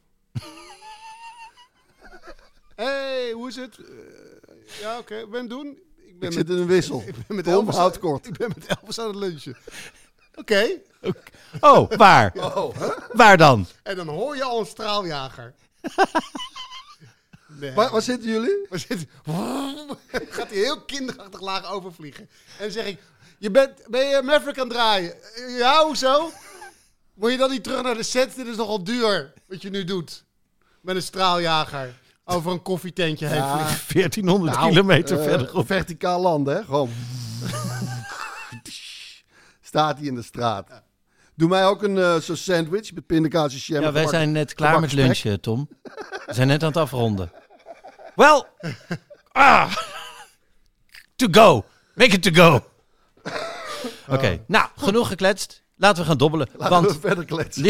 [SPEAKER 6] Hey, hoe is het? Ja, oké, ik ben het doen.
[SPEAKER 4] Ik zit in een wissel.
[SPEAKER 6] Ik ben met
[SPEAKER 4] Tom
[SPEAKER 6] Elvis
[SPEAKER 4] houdt kort.
[SPEAKER 6] Ik ben met Elvis aan het lunchen. Oké.
[SPEAKER 5] Oh, waar? Waar dan?
[SPEAKER 6] En dan hoor je al een straaljager. Nee.
[SPEAKER 4] Waar zitten jullie?
[SPEAKER 6] Gaat hij heel kinderachtig laag overvliegen. En dan zeg ik, ben je Maverick aan het draaien? Ja, hoezo? Moet je dan niet terug naar de set? Dit is nogal duur, wat je nu doet. Met een straaljager over een koffietentje heen vliegen.
[SPEAKER 5] 1400 kilometer verderop.
[SPEAKER 4] Verticaal landen, hè? Gewoon. Staat hij in de straat. Ja. Doe mij ook een zo'n sandwich met pindakaas en jam.
[SPEAKER 5] Ja, wij zijn net klaar met lunchen, Tom. We zijn net aan het afronden. Well, to go. Make it to go. Oké, nou, genoeg gekletst. Laten we gaan dobbelen.
[SPEAKER 4] Laten we verder kletsen.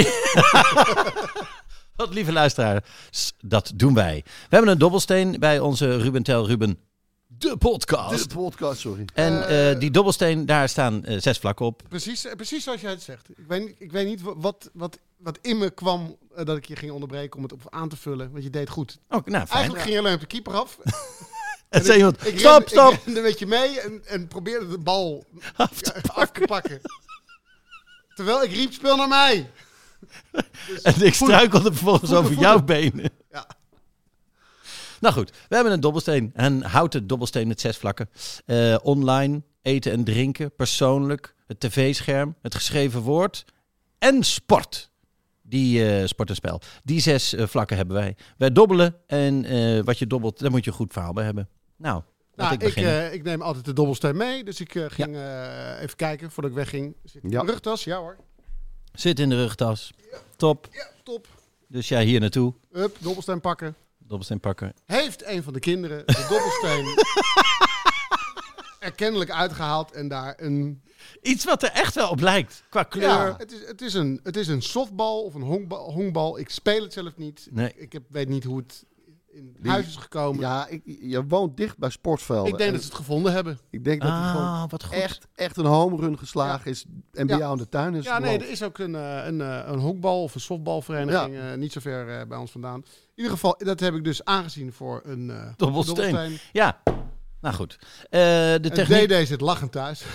[SPEAKER 5] Wat lieve luisteraar, dat doen wij. We hebben een dobbelsteen bij onze Ruben Tel Ruben, de podcast.
[SPEAKER 4] De podcast, sorry.
[SPEAKER 5] En die dobbelsteen, daar staan 6 vlakken op.
[SPEAKER 6] Precies zoals jij het zegt. Ik weet niet wat in me kwam dat ik je ging onderbreken om het op aan te vullen. Want je deed goed.
[SPEAKER 5] Oh, nou, fijn.
[SPEAKER 6] Eigenlijk ging je alleen op de keeper af.
[SPEAKER 5] En zei iemand,
[SPEAKER 6] ik
[SPEAKER 5] stop!
[SPEAKER 6] rende met je mee en probeerde de bal af te pakken. Terwijl ik riep, speel naar mij.
[SPEAKER 5] Dus en ik struikelde vervolgens over jouw benen.
[SPEAKER 6] Ja.
[SPEAKER 5] Nou goed, we hebben een dobbelsteen. Een houten dobbelsteen met 6 vlakken. Online, eten en drinken, persoonlijk, het tv-scherm, het geschreven woord en sport. Die sport en spel. Die 6 vlakken hebben wij. Wij dobbelen en wat je dobbelt, daar moet je een goed verhaal bij hebben. Nou,
[SPEAKER 6] ik neem altijd de dobbelsteen mee. Dus ik ging even kijken voordat ik wegging. Zit in de rugtas? Ja hoor.
[SPEAKER 5] Zit in de rugtas. Ja. Top.
[SPEAKER 6] Ja, top.
[SPEAKER 5] Dus jij hier naartoe.
[SPEAKER 6] Hup, dobbelsteen pakken.
[SPEAKER 5] Dobbelsteen pakken.
[SPEAKER 6] Heeft een van de kinderen de dobbelsteen er kennelijk uitgehaald en daar een...
[SPEAKER 5] Iets wat er echt wel op lijkt, qua kleur.
[SPEAKER 6] Ja, het is een softbal of een honkbal. Ik speel het zelf niet.
[SPEAKER 5] Nee.
[SPEAKER 6] Ik weet niet hoe het in huis is gekomen.
[SPEAKER 4] Ja, je woont dicht bij sportvelden.
[SPEAKER 6] Ik denk dat ze het gevonden hebben.
[SPEAKER 4] Ik denk dat hij gewoon echt een home run geslagen is en bij jou in de tuin is.
[SPEAKER 6] Ja, nee, er is ook een honkbal of een softbalvereniging niet zo ver bij ons vandaan. In ieder geval, dat heb ik dus aangezien voor een dobbelsteen.
[SPEAKER 5] Ja. Nou goed. De techniek...
[SPEAKER 6] DD zit lachend thuis.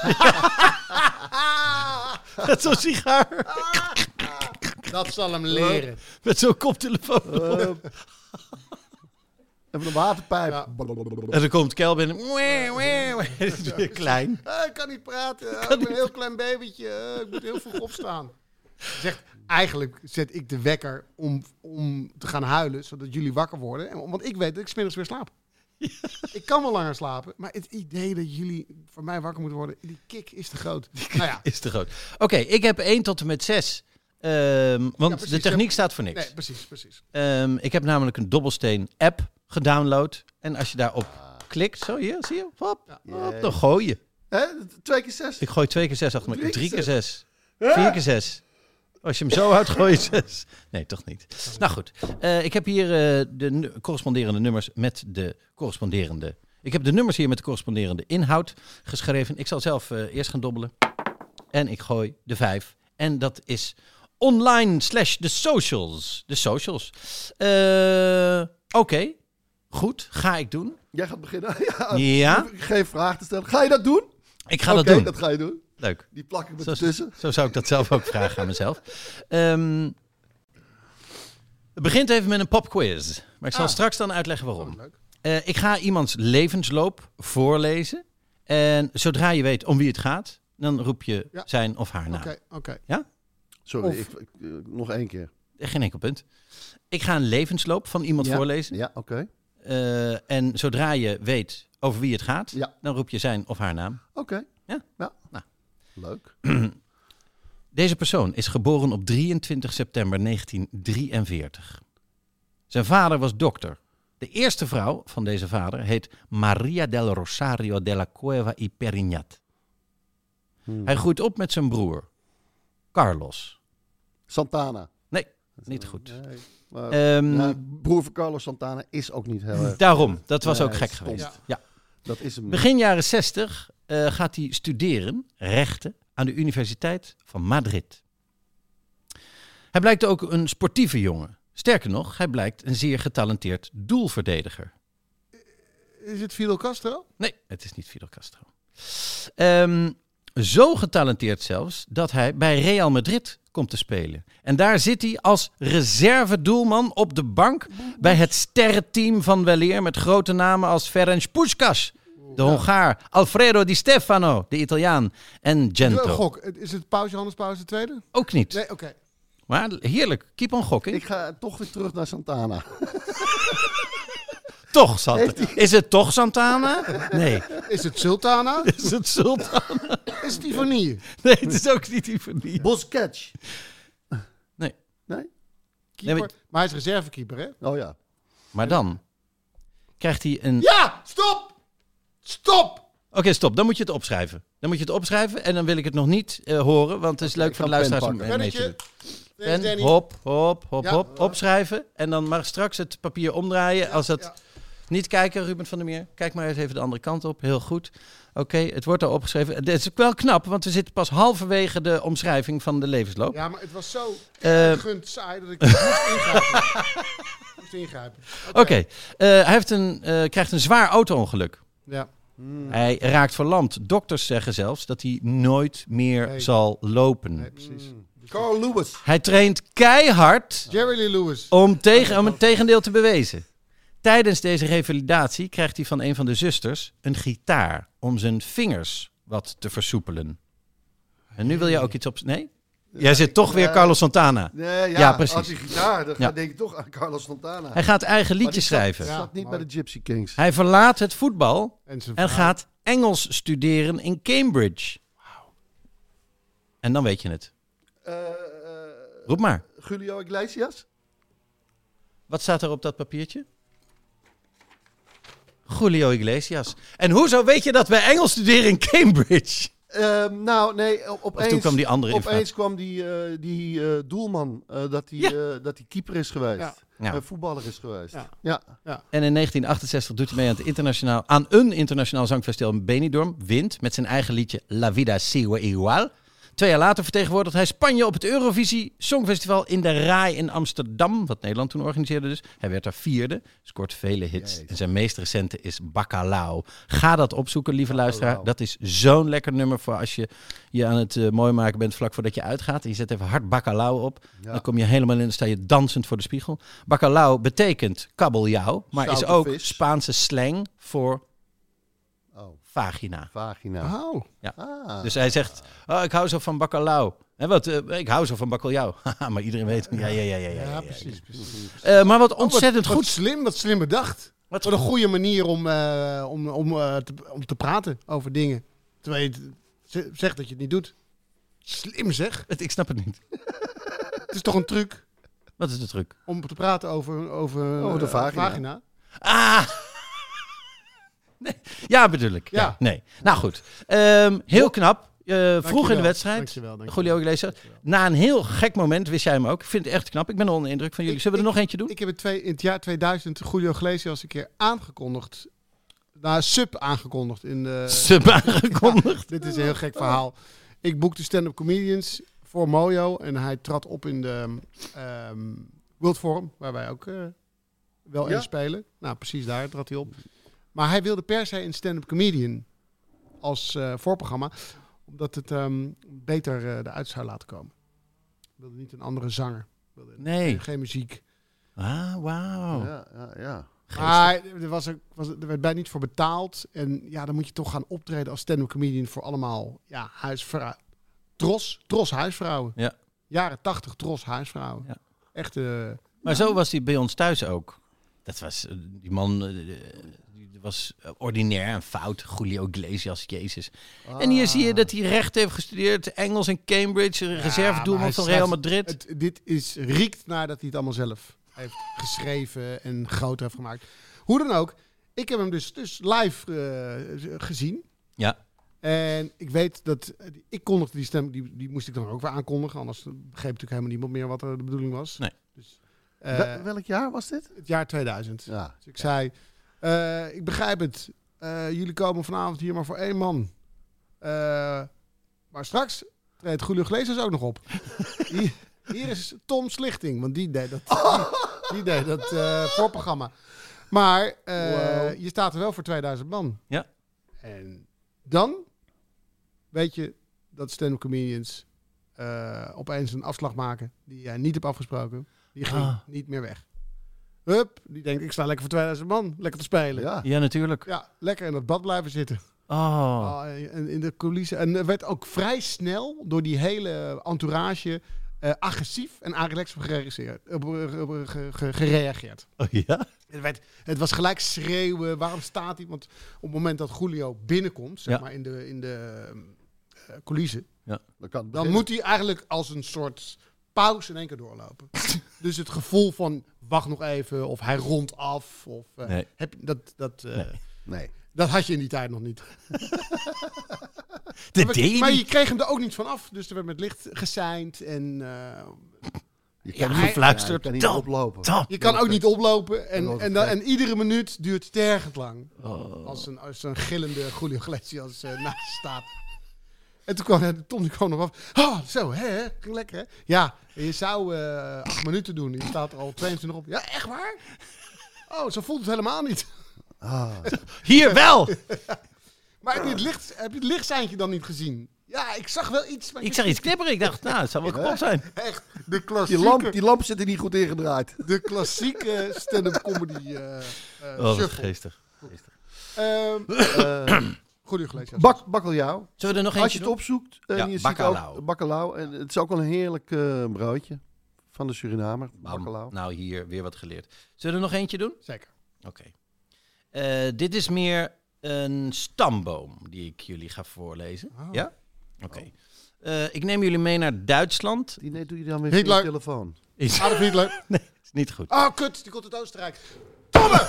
[SPEAKER 5] Met zo'n sigaar.
[SPEAKER 6] Dat zal hem leren.
[SPEAKER 5] Met zo'n koptelefoon.
[SPEAKER 4] Even een waterpijp.
[SPEAKER 6] Ja.
[SPEAKER 5] En dan komt Kel binnen. Het is weer klein.
[SPEAKER 6] Ik kan niet praten. Ik ben een heel klein babytje. Ik moet heel vroeg opstaan. Zegt, eigenlijk zet ik de wekker om te gaan huilen, zodat jullie wakker worden. Want ik weet dat ik 's middags weer slaap. Ja. Ik kan wel langer slapen, maar het idee dat jullie voor mij wakker moeten worden, die kick is te groot. Nou ja.
[SPEAKER 5] Is te groot. Oké, ik heb 1 tot en met 6. Want
[SPEAKER 6] precies.
[SPEAKER 5] de techniek staat voor niks.
[SPEAKER 6] Nee, precies.
[SPEAKER 5] Ik heb namelijk een dobbelsteen-app gedownload. En als je daarop klikt, zo hier, zie je? Hop, hop, dan gooi je.
[SPEAKER 4] 2 keer 6.
[SPEAKER 5] Ik gooi 2 keer 6 achter elkaar.
[SPEAKER 4] 3
[SPEAKER 5] 3 keer 6. 4 keer 6. Als je hem zo houdt, gooi je 6. Nee, toch niet. Nou goed. Ik heb hier de corresponderende nummers met de corresponderende... Ik heb de nummers hier met de corresponderende inhoud geschreven. Ik zal zelf eerst gaan dobbelen. En ik gooi de 5. En dat is online / de socials. De socials. Oké. Goed, ga ik doen.
[SPEAKER 4] Jij gaat beginnen.
[SPEAKER 5] Ja.
[SPEAKER 4] Geen vraag te stellen. Ga je dat doen?
[SPEAKER 5] Ik ga dat doen.
[SPEAKER 4] Dat ga je doen.
[SPEAKER 5] Leuk.
[SPEAKER 4] Die plak ik ertussen.
[SPEAKER 5] Zo zou ik dat zelf ook vragen aan mezelf. Het begint even met een popquiz. Maar ik zal straks dan uitleggen waarom.
[SPEAKER 6] Leuk.
[SPEAKER 5] Ik ga iemands levensloop voorlezen. En zodra je weet om wie het gaat, dan roep je zijn of haar naam.
[SPEAKER 6] Oké.
[SPEAKER 5] Ja?
[SPEAKER 4] Sorry, nog 1 keer.
[SPEAKER 5] Geen enkel punt. Ik ga een levensloop van iemand voorlezen.
[SPEAKER 4] Ja, oké.
[SPEAKER 5] En zodra je weet over wie het gaat, dan roep je zijn of haar naam.
[SPEAKER 4] Oké.
[SPEAKER 5] Ja?
[SPEAKER 4] Ja.
[SPEAKER 5] Nou.
[SPEAKER 4] Leuk.
[SPEAKER 5] Deze persoon is geboren op 23 september 1943. Zijn vader was dokter. De eerste vrouw van deze vader heet Maria del Rosario de la Cueva y Periñat. Hij groeit op met zijn broer, Carlos.
[SPEAKER 4] Santana.
[SPEAKER 5] Nee, niet goed.
[SPEAKER 4] Nee, maar, broer van Carlos Santana is ook niet heel erg.
[SPEAKER 5] Daarom, dat was ook gek
[SPEAKER 4] stom.
[SPEAKER 5] geweest. Ja.
[SPEAKER 4] Dat is hem.
[SPEAKER 5] Begin jaren 60 gaat hij studeren, rechten, aan de Universiteit van Madrid. Hij blijkt ook een sportieve jongen. Sterker nog, hij blijkt een zeer getalenteerd doelverdediger.
[SPEAKER 6] Is het Fidel Castro?
[SPEAKER 5] Nee, het is niet Fidel Castro. Zo getalenteerd zelfs dat hij bij Real Madrid komt te spelen. En daar zit hij als reservedoelman op de bank bij het sterrenteam van weleer met grote namen als Ferenc Puskás, de Hongaar, Alfredo Di Stefano, de Italiaan en Gento.
[SPEAKER 6] Gok, is het Johannes Paus II?
[SPEAKER 5] Ook niet.
[SPEAKER 6] Nee, oké.
[SPEAKER 5] Maar heerlijk, keep on gokking.
[SPEAKER 4] Ik ga toch weer terug naar Santana.
[SPEAKER 5] Toch Santana. Is het toch Santana? Nee.
[SPEAKER 6] Is het Sultana?
[SPEAKER 5] Is het Sultana?
[SPEAKER 6] Is het Ivonie?
[SPEAKER 5] Nee, het is ook niet Ivonie.
[SPEAKER 4] Busquets.
[SPEAKER 5] Nee.
[SPEAKER 4] Nee?
[SPEAKER 6] Keeper.
[SPEAKER 5] Nee,
[SPEAKER 6] maar hij is reservekeeper, hè?
[SPEAKER 4] Oh ja.
[SPEAKER 5] Maar dan krijgt hij een...
[SPEAKER 6] Ja! Stop! Stop!
[SPEAKER 5] Oké, stop. Dan moet je het opschrijven. En dan wil ik het nog niet horen, want het is leuk voor de luisteraars om mee te doen. En hop, opschrijven. En dan mag straks het papier omdraaien. Als het niet kijken, Ruben van der Meer. Kijk maar eens even de andere kant op. Heel goed. Oké, het wordt al opgeschreven. Het is wel knap, want we zitten pas halverwege de omschrijving van de levensloop.
[SPEAKER 6] Ja, maar het was zo gunt saai dat ik moest ingrijpen.
[SPEAKER 5] Oké. Hij krijgt een zwaar auto-ongeluk.
[SPEAKER 6] Ja.
[SPEAKER 5] Hij raakt verlamd. Dokters zeggen zelfs dat hij nooit meer zal lopen.
[SPEAKER 6] Nee, precies.
[SPEAKER 4] Carl Lewis.
[SPEAKER 5] Hij traint keihard
[SPEAKER 6] Jerry Lee Lewis.
[SPEAKER 5] om het tegendeel te bewijzen. Tijdens deze revalidatie krijgt hij van een van de zusters een gitaar om zijn vingers wat te versoepelen. En nu wil je ook iets op... Nee? Jij zit toch weer Carlos Santana.
[SPEAKER 4] Nee,
[SPEAKER 5] ja, precies.
[SPEAKER 4] Als hij gitaar, dan denk ik toch aan Carlos Santana.
[SPEAKER 5] Hij gaat eigen liedjes schrijven.
[SPEAKER 4] Hij zat niet bij de Gypsy Kings.
[SPEAKER 5] Hij verlaat het voetbal
[SPEAKER 6] en
[SPEAKER 5] gaat Engels studeren in Cambridge. Wauw. En dan weet je het. Roep maar.
[SPEAKER 4] Julio Iglesias?
[SPEAKER 5] Wat staat er op dat papiertje? Julio Iglesias. En hoezo weet je dat wij Engels studeren in Cambridge?
[SPEAKER 4] Nou, nee, opeens...
[SPEAKER 5] Toen kwam die andere
[SPEAKER 4] opeens kwam die doelman, dat hij keeper is geweest.
[SPEAKER 5] Ja.
[SPEAKER 4] Voetballer is geweest.
[SPEAKER 6] Ja.
[SPEAKER 5] En in 1968 doet hij mee aan een internationaal zangfestival in Benidorm. Wint met zijn eigen liedje La Vida Sigue Igual. 2 jaar later vertegenwoordigt hij Spanje op het Eurovisie Songfestival in de RAI in Amsterdam. Wat Nederland toen organiseerde dus. Hij werd daar 4e. Scoort vele hits.
[SPEAKER 4] Jezus.
[SPEAKER 5] En zijn meest recente is Bacalao. Ga dat opzoeken, lieve luisteraar. Dat is zo'n lekker nummer voor als je aan het mooi maken bent vlak voordat je uitgaat. En je zet even hard Bacalao op.
[SPEAKER 4] Ja.
[SPEAKER 5] Dan kom je helemaal in en sta je dansend voor de spiegel. Bacalao betekent kabeljauw, maar
[SPEAKER 4] Zoute
[SPEAKER 5] is ook
[SPEAKER 4] vis.
[SPEAKER 5] Spaanse slang voor
[SPEAKER 4] Oh,
[SPEAKER 5] vagina.
[SPEAKER 4] vagina.
[SPEAKER 6] Oh.
[SPEAKER 5] Ja.
[SPEAKER 4] Ah.
[SPEAKER 5] Dus hij zegt, ik hou zo van bacalao. En wat? Ik hou zo van bacalao. Haha, maar iedereen weet. Ja.
[SPEAKER 6] Precies.
[SPEAKER 5] Maar wat ontzettend
[SPEAKER 6] Wat
[SPEAKER 5] goed.
[SPEAKER 6] slim bedacht. Wat een goede manier om te praten over dingen. Terwijl je zegt dat je het niet doet. Slim zeg.
[SPEAKER 5] Ik snap het niet.
[SPEAKER 6] Het is toch een truc
[SPEAKER 5] Wat is de truc?
[SPEAKER 6] om te praten over
[SPEAKER 4] de vagina.
[SPEAKER 5] Ah! Nee. Ja, bedoel ik. Ja.
[SPEAKER 6] Ja.
[SPEAKER 5] Nee. Nou goed. Heel knap. Vroeg in de wedstrijd.
[SPEAKER 6] Dankjewel.
[SPEAKER 5] Julio Iglesias. Na een heel gek moment wist jij hem ook. Ik vind het echt knap. Ik ben onder de indruk van jullie. Zullen we er nog eentje doen?
[SPEAKER 6] Ik heb het in het jaar 2000 Julio Iglesias een keer aangekondigd. Sub aangekondigd.
[SPEAKER 5] Sub aangekondigd.
[SPEAKER 6] Dit is een heel gek verhaal. Ik boekte stand-up comedians voor Mojo. En hij trad op in de World Forum. Waar wij ook wel eens spelen. Nou, precies daar trad hij op. Maar hij wilde per se een stand-up comedian als voorprogramma. Omdat het beter eruit zou laten komen. Hij wilde niet een andere zanger. Wilde
[SPEAKER 5] Nee.
[SPEAKER 6] geen muziek.
[SPEAKER 5] Ah, wauw.
[SPEAKER 4] Ja.
[SPEAKER 6] Maar er werd bijna niet voor betaald. En ja, dan moet je toch gaan optreden als stand-up comedian voor allemaal huisvrouwen. Tros huisvrouwen.
[SPEAKER 5] Ja.
[SPEAKER 6] Jaren 80 Tros huisvrouwen.
[SPEAKER 5] Ja.
[SPEAKER 6] Echt.
[SPEAKER 5] Maar zo was hij bij ons thuis ook. Dat was die man. Die was ordinair en fout. Julio Iglesias, Jezus. En hier zie je dat hij recht heeft gestudeerd. Engels in Cambridge. Reservedoelman van Real Madrid.
[SPEAKER 6] Dit riekt naar dat hij het allemaal zelf heeft geschreven en groot heeft gemaakt. Hoe dan ook. Ik heb hem dus live gezien.
[SPEAKER 5] Ja.
[SPEAKER 6] En ik weet dat... Ik kondigde die stem... Die moest ik dan ook weer aankondigen. Anders begreep natuurlijk helemaal niemand meer wat de bedoeling was.
[SPEAKER 5] Nee.
[SPEAKER 6] Dus,
[SPEAKER 4] Welk jaar was dit?
[SPEAKER 6] het jaar 2000.
[SPEAKER 4] Ja.
[SPEAKER 6] Dus ik zei... ik begrijp het. Jullie komen vanavond hier maar voor 1 man. Maar straks treedt Julio Iglesias ook nog op. Hier is Tom Slichting. Want die deed dat voorprogramma. Maar je staat er wel voor 2000 man.
[SPEAKER 5] Ja.
[SPEAKER 6] En dan weet je dat stand-up comedians opeens een afslag maken die jij niet hebt afgesproken. Die ging niet meer weg. Hup, die denkt ik sta lekker voor 2000 man lekker te spelen.
[SPEAKER 5] Ja, natuurlijk.
[SPEAKER 6] Ja, lekker in dat bad blijven zitten. En in de coulissen. En er werd ook vrij snel door die hele entourage agressief en agressief gereageerd.
[SPEAKER 5] Oh ja?
[SPEAKER 6] Het was gelijk schreeuwen. Waarom staat hij? Want op het moment dat Julio binnenkomt, zeg maar in de coulissen, dan moet hij eigenlijk als een soort pauze in één keer doorlopen. Dus het gevoel van wacht nog even of hij rondt af of heb je
[SPEAKER 5] Nee.
[SPEAKER 6] Dat had je in die tijd nog niet.
[SPEAKER 5] Maar
[SPEAKER 6] je kreeg hem er ook niet van af. Dus er werd met licht geseind en
[SPEAKER 4] Je kan
[SPEAKER 5] gefluisterd.
[SPEAKER 4] niet oplopen.
[SPEAKER 6] je kan ook niet oplopen. En iedere minuut duurt tergend lang. Als een gillende Julio Iglesias naast staat. En toen kwam Tom nog af. Oh, zo, hè? Ging lekker, hè? Ja, je zou 8 minuten doen. Je staat er al 22 op. Ja, echt waar? Oh, zo voelt het helemaal niet.
[SPEAKER 5] Hier wel!
[SPEAKER 6] Maar heb je het lichtseintje dan niet gezien? Ja, ik zag wel iets.
[SPEAKER 5] Ik zag iets knipperen. Ik dacht, het zou wel kapot zijn.
[SPEAKER 6] Echt, de klassieke...
[SPEAKER 4] Die lamp zit er niet goed ingedraaid.
[SPEAKER 6] De klassieke stand-up comedy
[SPEAKER 5] Dat is
[SPEAKER 6] shuffle.
[SPEAKER 5] geestig.
[SPEAKER 6] Julio Iglesias.
[SPEAKER 4] Bacalao.
[SPEAKER 5] Zullen we er nog
[SPEAKER 4] Als
[SPEAKER 5] eentje
[SPEAKER 4] je het
[SPEAKER 5] doen?
[SPEAKER 4] opzoekt,
[SPEAKER 5] Ja,
[SPEAKER 4] je
[SPEAKER 5] bacalao.
[SPEAKER 4] ziet ook bacalao. En het is ook wel een heerlijk broodje van de Surinamer. Bacalao.
[SPEAKER 5] Nou, hier weer wat geleerd. Zullen we er nog eentje doen?
[SPEAKER 6] Zeker.
[SPEAKER 5] Oké. Dit is meer een stamboom die ik jullie ga voorlezen. Ja? Oké. Ik neem jullie mee naar Duitsland.
[SPEAKER 4] Die doe je dan weer
[SPEAKER 6] Hitler.
[SPEAKER 4] via de telefoon.
[SPEAKER 6] Adolf Hitler.
[SPEAKER 5] Nee, is niet goed.
[SPEAKER 6] Oh, kut. Die komt uit Oostenrijk. Tomme!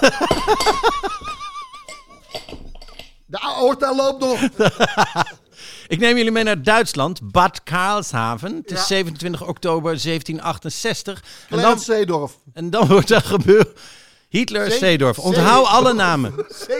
[SPEAKER 4] De aorta loopt nog.
[SPEAKER 5] Ik neem jullie mee naar Duitsland, Bad Karlshaven. Het is 27 oktober 1768.
[SPEAKER 4] Clarence Seedorf.
[SPEAKER 5] En dan wordt er gebeurd... Hitler, Seedorf. Onthoud alle namen.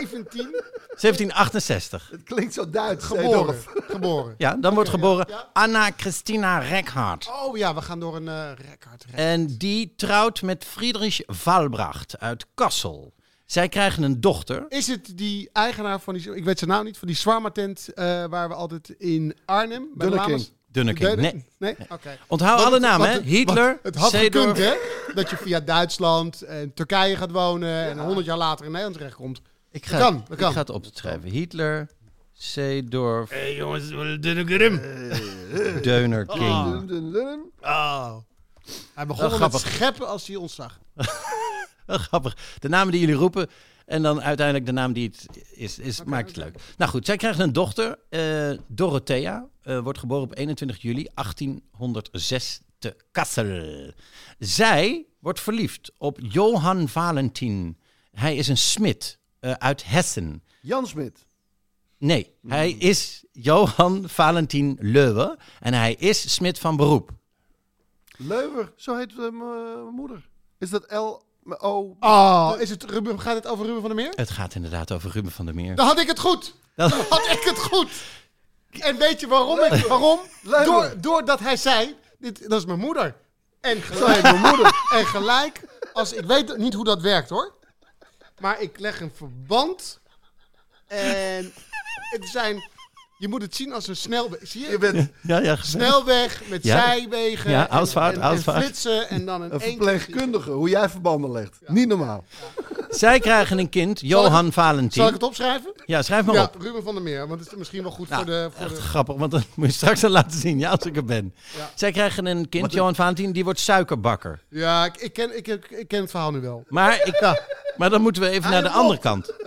[SPEAKER 5] 1768.
[SPEAKER 4] Het klinkt zo Duits.
[SPEAKER 6] Geboren.
[SPEAKER 5] Ja, dan wordt geboren
[SPEAKER 6] ja.
[SPEAKER 5] Anna Christina Reckhardt.
[SPEAKER 6] Oh ja, we gaan door een Reckhardt.
[SPEAKER 5] En die trouwt met Friedrich Walbracht uit Kassel. Zij krijgen een dochter.
[SPEAKER 6] Is het die eigenaar van die, ik weet zijn naam niet, van die shawarma-tent waar we altijd in Arnhem... bij de Lamas-
[SPEAKER 5] Dunneking. Nee.
[SPEAKER 6] Oké.
[SPEAKER 5] Onthoud alle namen, hè? Hitler,
[SPEAKER 6] Het had
[SPEAKER 5] Seedorf.
[SPEAKER 6] gekund, hè? Dat je via Duitsland en Turkije gaat wonen en 100 jaar later in Nederland terechtkomt.
[SPEAKER 5] Ik
[SPEAKER 6] Dat kan.
[SPEAKER 5] ga het opschrijven. Hitler, Seedorf,
[SPEAKER 6] Hé jongens, Dunneking.
[SPEAKER 5] Deuner King.
[SPEAKER 6] Oh. Hij begon met
[SPEAKER 5] grappig.
[SPEAKER 6] scheppen als hij ons zag.
[SPEAKER 5] Wel grappig. De namen die jullie roepen en dan uiteindelijk de naam die het is maakt het leuk. Nou goed, zij krijgen een dochter. Dorothea wordt geboren op 21 juli 1806 te Kassel. Zij wordt verliefd op Johann Valentin. Hij is een smid uit Hessen.
[SPEAKER 4] Jan Smit.
[SPEAKER 5] Nee, hij is Johann Valentin Löwe en hij is smid van beroep.
[SPEAKER 4] Leuwer, zo heet mijn moeder. Is dat L-O...
[SPEAKER 6] Oh, gaat het over Ruben van der Meer?
[SPEAKER 5] Het gaat inderdaad over Ruben van der Meer.
[SPEAKER 6] Dan had ik het goed. En weet je waarom? Doordat hij zei, dat is mijn moeder. En gelijk, ik weet niet hoe dat werkt hoor. Maar ik leg een verband. En het zijn... Je moet het zien als een snelweg. Zie je?
[SPEAKER 4] bent
[SPEAKER 6] Snelweg met zijwegen.
[SPEAKER 5] Ja, Ausvaart.
[SPEAKER 6] En flitsen en dan
[SPEAKER 4] een verpleegkundige, hoe jij verbanden legt. Ja. Niet normaal.
[SPEAKER 5] Zij krijgen een kind, Johann Valentin.
[SPEAKER 6] Zal ik het opschrijven?
[SPEAKER 5] Ja, schrijf maar op.
[SPEAKER 6] Ruben van der Meer, want het is misschien wel goed voor
[SPEAKER 5] Echt grappig, want dat moet je straks al laten zien, ja, als ik er ben. Ja. Zij krijgen een kind, Johann Valentin, die wordt suikerbakker.
[SPEAKER 6] Ja, ik ken het verhaal nu wel.
[SPEAKER 5] Maar dan moeten we even naar de andere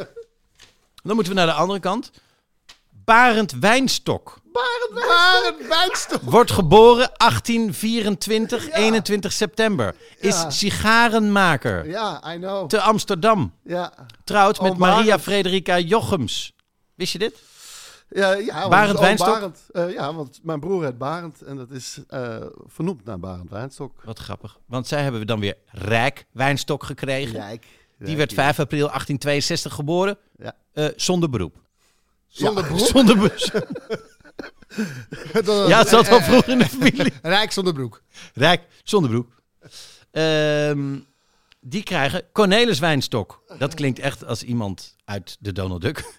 [SPEAKER 5] kant. Barend Wijnstok.
[SPEAKER 6] Barend Wijnstok.
[SPEAKER 5] Wordt geboren 1824, 21 september. Is sigarenmaker.
[SPEAKER 4] Ja, I know.
[SPEAKER 5] Te Amsterdam.
[SPEAKER 4] Ja.
[SPEAKER 5] Trouwt met Maria
[SPEAKER 4] Barend.
[SPEAKER 5] Frederica Jochems. Wist je dit?
[SPEAKER 4] Ja,
[SPEAKER 5] Barend Wijnstok?
[SPEAKER 4] Want mijn broer heet Barend en dat is vernoemd naar Barend Wijnstok.
[SPEAKER 5] Wat grappig. Want zij hebben we dan weer Rijk Wijnstok gekregen.
[SPEAKER 4] Rijk,
[SPEAKER 5] Die werd 5 april 1862 geboren.
[SPEAKER 4] Ja.
[SPEAKER 5] Zonder beroep.
[SPEAKER 6] Zonder broek?
[SPEAKER 5] Zonder broek. Ja, het zat al vroeg in de familie.
[SPEAKER 6] Rijk zonder broek.
[SPEAKER 5] Rijk zonder broek. Die krijgen Cornelis Wijnstok. Dat klinkt echt als iemand uit de Donald Duck.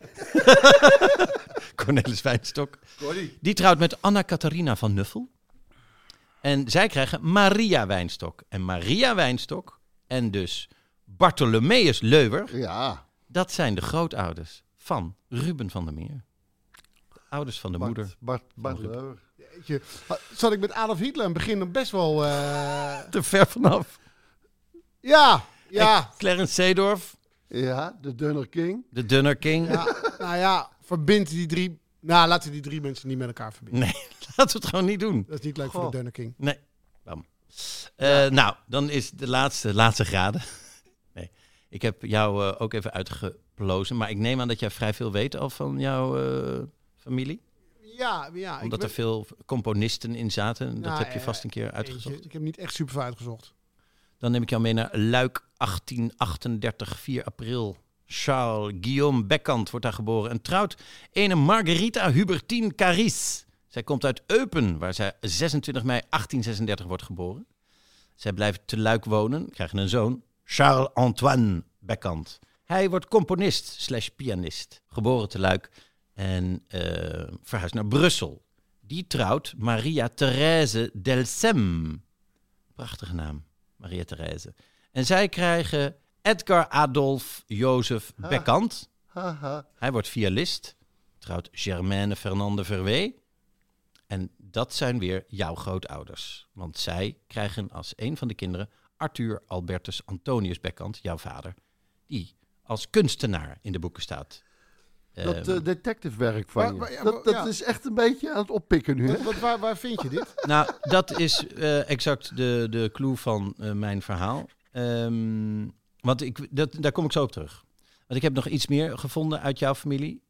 [SPEAKER 5] Cornelis Wijnstok. Die trouwt met Anna Catharina van Nuffel. En zij krijgen Maria Wijnstok. En Maria Wijnstok en dus Bartholomeus Leuwer.
[SPEAKER 4] Ja.
[SPEAKER 5] Dat zijn de grootouders van Ruben van der Meer. De ouders van de moeder.
[SPEAKER 4] Bart Leuwer.
[SPEAKER 6] Zat ik met Adolf Hitler in het begin dan best wel...
[SPEAKER 5] Te ver vanaf.
[SPEAKER 6] Ja.
[SPEAKER 5] En Clarence Seedorf.
[SPEAKER 4] Ja, de Dunner King.
[SPEAKER 5] De Dunner King.
[SPEAKER 6] Ja, nou ja, verbind die drie... Nou, laten we die drie mensen niet met elkaar verbinden.
[SPEAKER 5] Nee, laten we het gewoon niet doen.
[SPEAKER 6] Dat is niet leuk voor de Dunner King.
[SPEAKER 5] Nee. Nou, dan is de laatste graden. Nee, ik heb jou ook even uitgeplozen. Maar ik neem aan dat jij vrij veel weet al van jouw familie.
[SPEAKER 6] Ja.
[SPEAKER 5] Omdat er veel componisten in zaten. Dat heb je vast een keer uitgezocht.
[SPEAKER 6] Ik heb niet echt super veel uitgezocht.
[SPEAKER 5] Dan neem ik jou mee naar Luik 1838, 4 april. Charles Guillaume Bekkant wordt daar geboren en trouwt ene Margarita Hubertine Caris. Zij komt uit Eupen, waar zij 26 mei 1836 wordt geboren. Zij blijft te Luik wonen, krijgen een zoon, Charles-Antoine Bekkant. Hij wordt componist/pianist, geboren te Luik en verhuist naar Brussel. Die trouwt Maria Thérèse Delsem. Prachtige naam, Maria Thérèse. En zij krijgen Edgar Adolf Jozef Bekkant. Hij wordt violist. Trouwt Germaine Fernande Verwee. En dat zijn weer jouw grootouders. Want zij krijgen als een van de kinderen Arthur Albertus Antonius Bekkant, jouw vader, die als kunstenaar in de boeken staat.
[SPEAKER 4] Dat detectivewerk van je. Dat is echt een beetje aan het oppikken nu. Hè?
[SPEAKER 6] Waar vind je dit?
[SPEAKER 5] Nou, dat is exact de clue van mijn verhaal. Want daar kom ik zo op terug. Want ik heb nog iets meer gevonden uit jouw familie.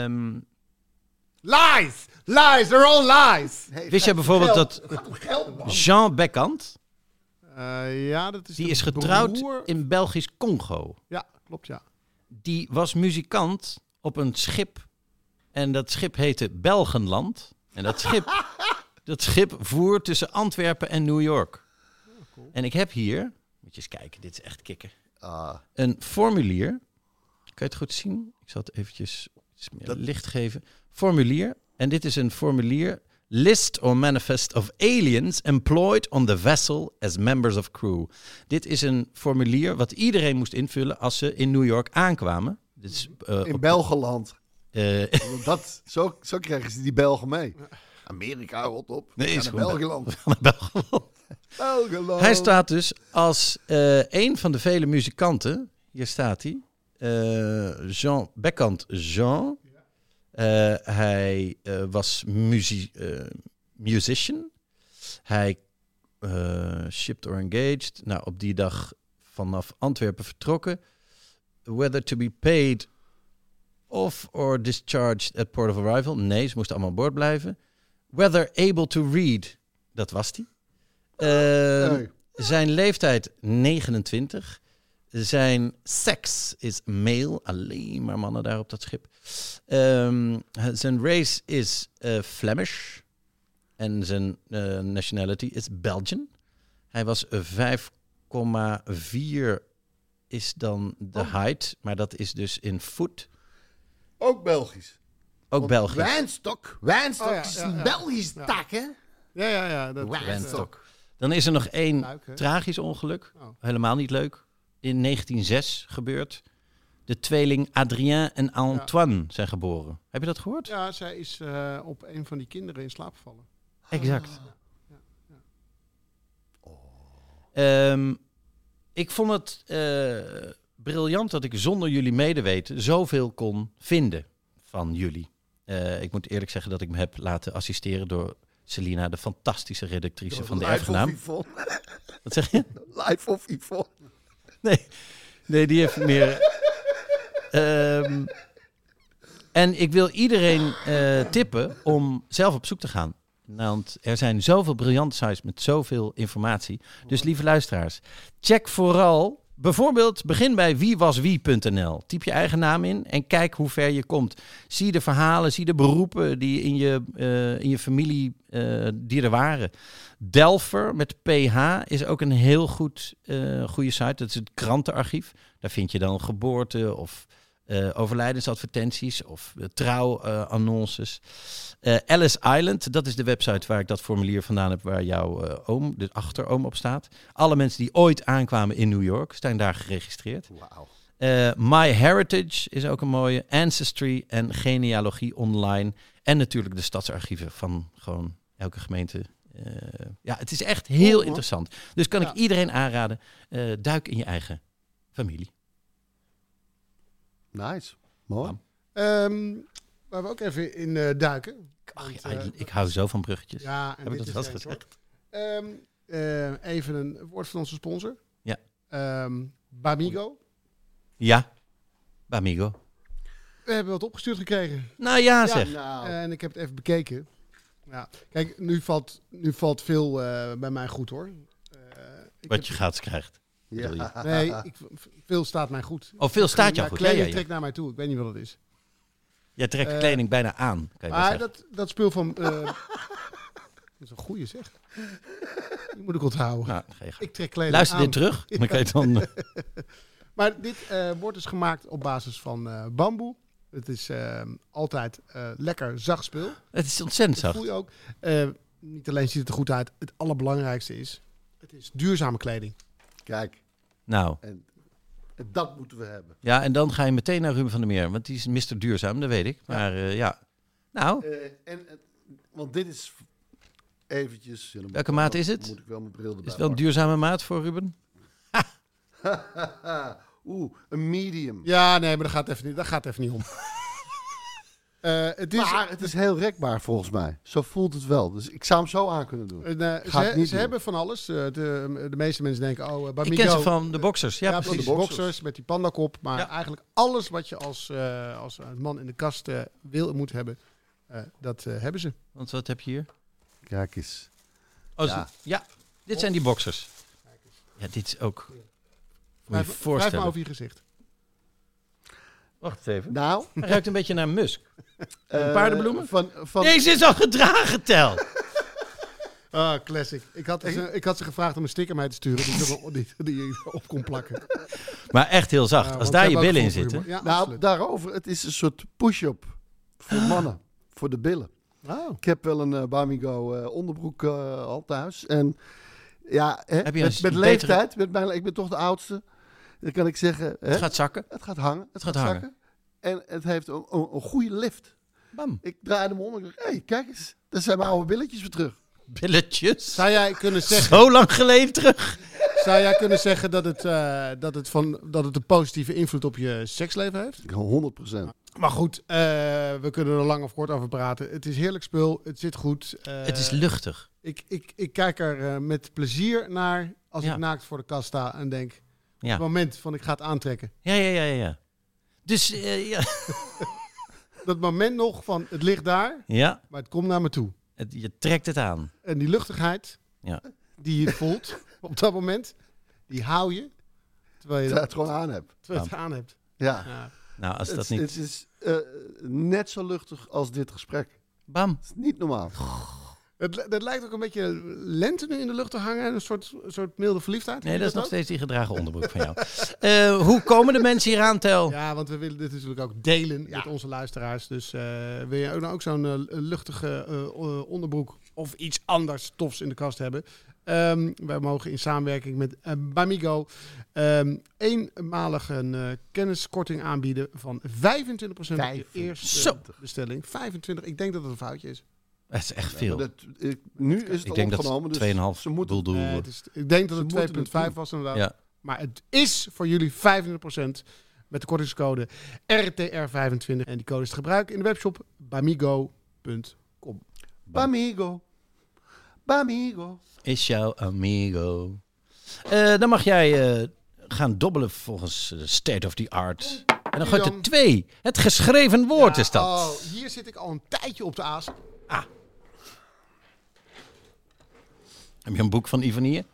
[SPEAKER 6] Lies! Lies! They're all lies!
[SPEAKER 5] Wist jij bijvoorbeeld dat Jean Bekkant
[SPEAKER 6] Ja, dat is
[SPEAKER 5] Die
[SPEAKER 6] de
[SPEAKER 5] is getrouwd
[SPEAKER 6] broer.
[SPEAKER 5] in Belgisch Congo.
[SPEAKER 6] Ja, klopt, ja.
[SPEAKER 5] Die was muzikant op een schip. En dat schip heette Belgenland. En dat schip voer tussen Antwerpen en New York.
[SPEAKER 6] Cool.
[SPEAKER 5] En ik heb hier, moet je eens kijken, dit is echt kicken.
[SPEAKER 4] Ah,
[SPEAKER 5] Een formulier. Kan je het goed zien? Ik zal het eventjes iets meer licht geven. Formulier. En dit is een formulier. List or manifest of aliens employed on the vessel as members of crew. Dit is een formulier wat iedereen moest invullen als ze in New York aankwamen. Dit is,
[SPEAKER 4] in Belgenland.
[SPEAKER 5] uh,
[SPEAKER 4] Zo krijgen ze die Belgen mee. Amerika, rot op.
[SPEAKER 5] Nee, is
[SPEAKER 4] naar
[SPEAKER 5] goed.
[SPEAKER 4] Belgenland. Belgenland.
[SPEAKER 5] Hij staat dus als een van de vele muzikanten. Hier staat hij. Jean Bekkant Jean. Hij was musician. Hij shipped or engaged. Nou, op die dag vanaf Antwerpen vertrokken. Whether to be paid off or discharged at port of arrival. Nee, ze moesten allemaal aan boord blijven. Whether able to read. Dat was hij.
[SPEAKER 4] Nee.
[SPEAKER 5] Zijn leeftijd 29. Zijn seks is male. Alleen maar mannen daar op dat schip. Zijn race is Flemish. En zijn nationality is Belgian. Hij was 5,4 is dan de height. Maar dat is dus in foot.
[SPEAKER 4] Ook Belgisch.
[SPEAKER 5] Ook Belgisch.
[SPEAKER 4] Wijnstok is een Belgisch tak, hè?
[SPEAKER 6] Ja.
[SPEAKER 5] Wijnstok. Dan is er nog één
[SPEAKER 6] Leuk, hè?
[SPEAKER 5] tragisch ongeluk.
[SPEAKER 6] Oh.
[SPEAKER 5] Helemaal niet leuk. In 1906 gebeurd. De tweeling Adrien en Antoine zijn geboren. Heb je dat gehoord?
[SPEAKER 6] Ja, zij is op een van die kinderen in slaap gevallen.
[SPEAKER 5] Exact. Ik vond het briljant dat ik zonder jullie medeweten zoveel kon vinden van jullie. Ik moet eerlijk zeggen dat ik me heb laten assisteren door Selina, de fantastische redactrice van de Erfgenaam. Wat zeg je?
[SPEAKER 4] Live of Yvonne.
[SPEAKER 5] Nee, die heeft meer... En ik wil iedereen tippen om zelf op zoek te gaan. Want er zijn zoveel briljante sites met zoveel informatie. Dus lieve luisteraars, check vooral... Bijvoorbeeld, begin bij wiewaswie.nl. Typ je eigen naam in en kijk hoe ver je komt. Zie de verhalen, zie de beroepen die in je familie die er waren. Delver met PH is ook een heel goede site. Dat is het krantenarchief. Daar vind je dan geboorte of overlijdensadvertenties of trouwannonces. Ellis Island, dat is de website waar ik dat formulier vandaan heb, waar jouw oom, de achteroom op staat. Alle mensen die ooit aankwamen in New York zijn daar geregistreerd.
[SPEAKER 4] Wauw.
[SPEAKER 5] MyHeritage is ook een mooie. Ancestry en genealogie online. En natuurlijk de stadsarchieven van gewoon elke gemeente. Ja, het is echt heel interessant. Dus kan ik iedereen aanraden, duik in je eigen familie.
[SPEAKER 4] Nice. Mooi.
[SPEAKER 6] Waar we ook even in duiken.
[SPEAKER 5] Ik hou zo van bruggetjes.
[SPEAKER 6] Ja, en
[SPEAKER 5] heb ik
[SPEAKER 6] dit
[SPEAKER 5] dat
[SPEAKER 6] is
[SPEAKER 5] wel
[SPEAKER 6] eens,
[SPEAKER 5] gezegd?
[SPEAKER 6] hoor. Even een woord van onze sponsor.
[SPEAKER 5] Ja.
[SPEAKER 6] Bamigo.
[SPEAKER 5] Ja, Bamigo.
[SPEAKER 6] We hebben wat opgestuurd gekregen.
[SPEAKER 5] Nou ja, zeg.
[SPEAKER 6] En ik heb het even bekeken. Ja. Kijk, nu valt veel bij mij goed, hoor.
[SPEAKER 5] Wat je gratis krijgt.
[SPEAKER 4] Ja.
[SPEAKER 6] Nee, veel staat mij goed.
[SPEAKER 5] Oh, veel staat jou goed.
[SPEAKER 6] Kleding
[SPEAKER 5] Ja.
[SPEAKER 6] trekt naar mij toe. Ik weet niet wat het is.
[SPEAKER 5] Jij trekt kleding bijna aan, kan je wel
[SPEAKER 6] Maar
[SPEAKER 5] zeggen.
[SPEAKER 6] dat spul van... dat is een goeie, zeg. Die moet ik onthouden.
[SPEAKER 5] Nou, ga je gang.
[SPEAKER 6] Ik trek kleding
[SPEAKER 5] Luister
[SPEAKER 6] aan.
[SPEAKER 5] dit terug. Dan kan je het dan...
[SPEAKER 6] Maar dit wordt dus gemaakt op basis van bamboe. Het is altijd lekker zacht spul.
[SPEAKER 5] Het is ontzettend
[SPEAKER 6] Dat
[SPEAKER 5] zacht.
[SPEAKER 6] voel je ook. Niet alleen ziet het er goed uit. Het allerbelangrijkste is... Het is duurzame kleding.
[SPEAKER 4] Kijk,
[SPEAKER 5] Nou,
[SPEAKER 4] en dat moeten we hebben.
[SPEAKER 5] ja, en dan ga je meteen naar Ruben van der Meer. Want die is Mr. Duurzaam, dat weet ik. Maar ja. Nou,
[SPEAKER 4] Want dit is eventjes... ja, dan
[SPEAKER 5] Welke
[SPEAKER 4] moet ik
[SPEAKER 5] maat
[SPEAKER 4] wel-
[SPEAKER 5] is het?
[SPEAKER 4] Moet ik wel mijn bril erbij
[SPEAKER 5] is het wel een
[SPEAKER 4] pakken.
[SPEAKER 5] duurzame maat voor Ruben?
[SPEAKER 4] Een medium.
[SPEAKER 6] Ja, nee, maar dat gaat even niet om. Het is...
[SPEAKER 4] Maar het is heel rekbaar volgens mij. Zo voelt het wel. Dus ik zou hem zo aan kunnen doen. Ga ik
[SPEAKER 6] Ze
[SPEAKER 4] niet doen.
[SPEAKER 6] hebben van alles. De meeste mensen denken, Bamigo...
[SPEAKER 5] Ik ken ze van de boxers. Ja,
[SPEAKER 6] Ja,
[SPEAKER 5] precies.
[SPEAKER 6] de boxers met die pandakop. Maar
[SPEAKER 5] Ja.
[SPEAKER 6] eigenlijk alles wat je als man in de kast wil en moet hebben, dat hebben ze.
[SPEAKER 5] Want wat heb je hier?
[SPEAKER 4] Kijk eens.
[SPEAKER 5] Oh,
[SPEAKER 4] Ja.
[SPEAKER 5] ja, dit zijn die boxers. Ja, dit is ook... Moet je
[SPEAKER 6] Wrijf maar
[SPEAKER 5] voorstellen.
[SPEAKER 6] over je gezicht.
[SPEAKER 5] Wacht eens even.
[SPEAKER 4] Nou,
[SPEAKER 5] Hij ruikt een beetje naar musk. Paardenbloemen?
[SPEAKER 4] Van
[SPEAKER 5] Deze is al gedragen, Tel.
[SPEAKER 6] Ah, classic. Ik had ze gevraagd om een sticker mij te sturen die je op kon plakken.
[SPEAKER 5] Maar echt heel zacht.
[SPEAKER 6] Ja,
[SPEAKER 5] Als
[SPEAKER 6] want
[SPEAKER 5] daar
[SPEAKER 6] ze
[SPEAKER 5] je
[SPEAKER 6] hebben
[SPEAKER 5] billen
[SPEAKER 6] ook
[SPEAKER 5] in
[SPEAKER 6] gevoel
[SPEAKER 5] zitten.
[SPEAKER 6] voor humor. Ja,
[SPEAKER 4] nou,
[SPEAKER 6] absoluut.
[SPEAKER 4] daarover, het is een soort push-up voor mannen. Voor de billen.
[SPEAKER 6] Oh.
[SPEAKER 4] Ik heb wel een Bamigo onderbroek al thuis. En ja, hè,
[SPEAKER 5] Heb je
[SPEAKER 4] met
[SPEAKER 5] een
[SPEAKER 4] leeftijd, ik ben toch de oudste. Dan kan ik zeggen, hè,
[SPEAKER 5] Het gaat zakken.
[SPEAKER 4] het gaat hangen.
[SPEAKER 5] Het gaat hangen.
[SPEAKER 4] zakken. En het heeft een goede lift.
[SPEAKER 5] Bam.
[SPEAKER 4] Ik draaide hem om en ik dacht, hé, kijk eens. Daar zijn mijn oude billetjes weer terug.
[SPEAKER 5] Billetjes.
[SPEAKER 6] Zou jij kunnen zeggen,
[SPEAKER 5] Zo lang geleden terug.
[SPEAKER 6] dat het een positieve invloed op je seksleven heeft?
[SPEAKER 4] 100%.
[SPEAKER 6] Maar goed, we kunnen er lang of kort over praten. Het is heerlijk spul, het zit goed.
[SPEAKER 5] Het is luchtig.
[SPEAKER 6] Ik kijk er met plezier naar als
[SPEAKER 5] Ja.
[SPEAKER 6] ik naakt voor de kast sta en denk...
[SPEAKER 5] Ja.
[SPEAKER 6] Het moment van ik ga het aantrekken.
[SPEAKER 5] Ja. Dus, ja.
[SPEAKER 6] Dat moment nog van het ligt daar,
[SPEAKER 5] Ja,
[SPEAKER 6] maar het komt naar me toe.
[SPEAKER 5] je trekt het aan.
[SPEAKER 6] En die luchtigheid
[SPEAKER 5] Ja.
[SPEAKER 6] die je voelt op dat moment, die hou je terwijl je
[SPEAKER 4] Dat je het gewoon aan hebt.
[SPEAKER 6] terwijl je het aan hebt.
[SPEAKER 4] Ja.
[SPEAKER 6] Ja.
[SPEAKER 5] Nou, als dat
[SPEAKER 4] Het
[SPEAKER 5] niet...
[SPEAKER 4] is net zo luchtig als dit gesprek.
[SPEAKER 5] Bam.
[SPEAKER 4] Het is niet normaal.
[SPEAKER 6] Het lijkt ook een beetje lente nu in de lucht te hangen. En een soort milde verliefdheid.
[SPEAKER 5] Nee,
[SPEAKER 6] Heb
[SPEAKER 5] dat
[SPEAKER 6] je
[SPEAKER 5] is nog
[SPEAKER 6] ook?
[SPEAKER 5] steeds die gedragen onderbroek van jou. Hoe komen de mensen hier aan, Tel?
[SPEAKER 6] Ja, want we willen dit natuurlijk ook delen met onze luisteraars. Dus wil je ook zo'n luchtige onderbroek of iets anders tofs in de kast hebben? Wij mogen in samenwerking met Bamigo eenmalig een kenniskorting aanbieden van 25% op je eerste bestelling. 25, ik denk dat het een foutje is.
[SPEAKER 5] Het is echt
[SPEAKER 4] Ja,
[SPEAKER 5] veel.
[SPEAKER 4] maar nu is het
[SPEAKER 5] Ik denk dat
[SPEAKER 4] opgenomen.
[SPEAKER 5] 2,5
[SPEAKER 4] ze moeten
[SPEAKER 5] doel.
[SPEAKER 6] Ik denk dat
[SPEAKER 4] Ze
[SPEAKER 6] het
[SPEAKER 4] moeten het
[SPEAKER 6] 2,5
[SPEAKER 4] doen.
[SPEAKER 6] was inderdaad.
[SPEAKER 5] Ja.
[SPEAKER 6] Maar het is voor jullie 25% met de kortingscode RTR25. En die code is te gebruiken in de webshop bamigo.com.
[SPEAKER 4] Bamigo. Bamigo.
[SPEAKER 5] Is jouw amigo. Dan mag jij gaan dobbelen volgens de state of the art. En dan gooit er 2. Het geschreven woord is dat.
[SPEAKER 6] Oh, hier zit ik al een tijdje op de aas.
[SPEAKER 5] Heb je een boek van Ivan hier?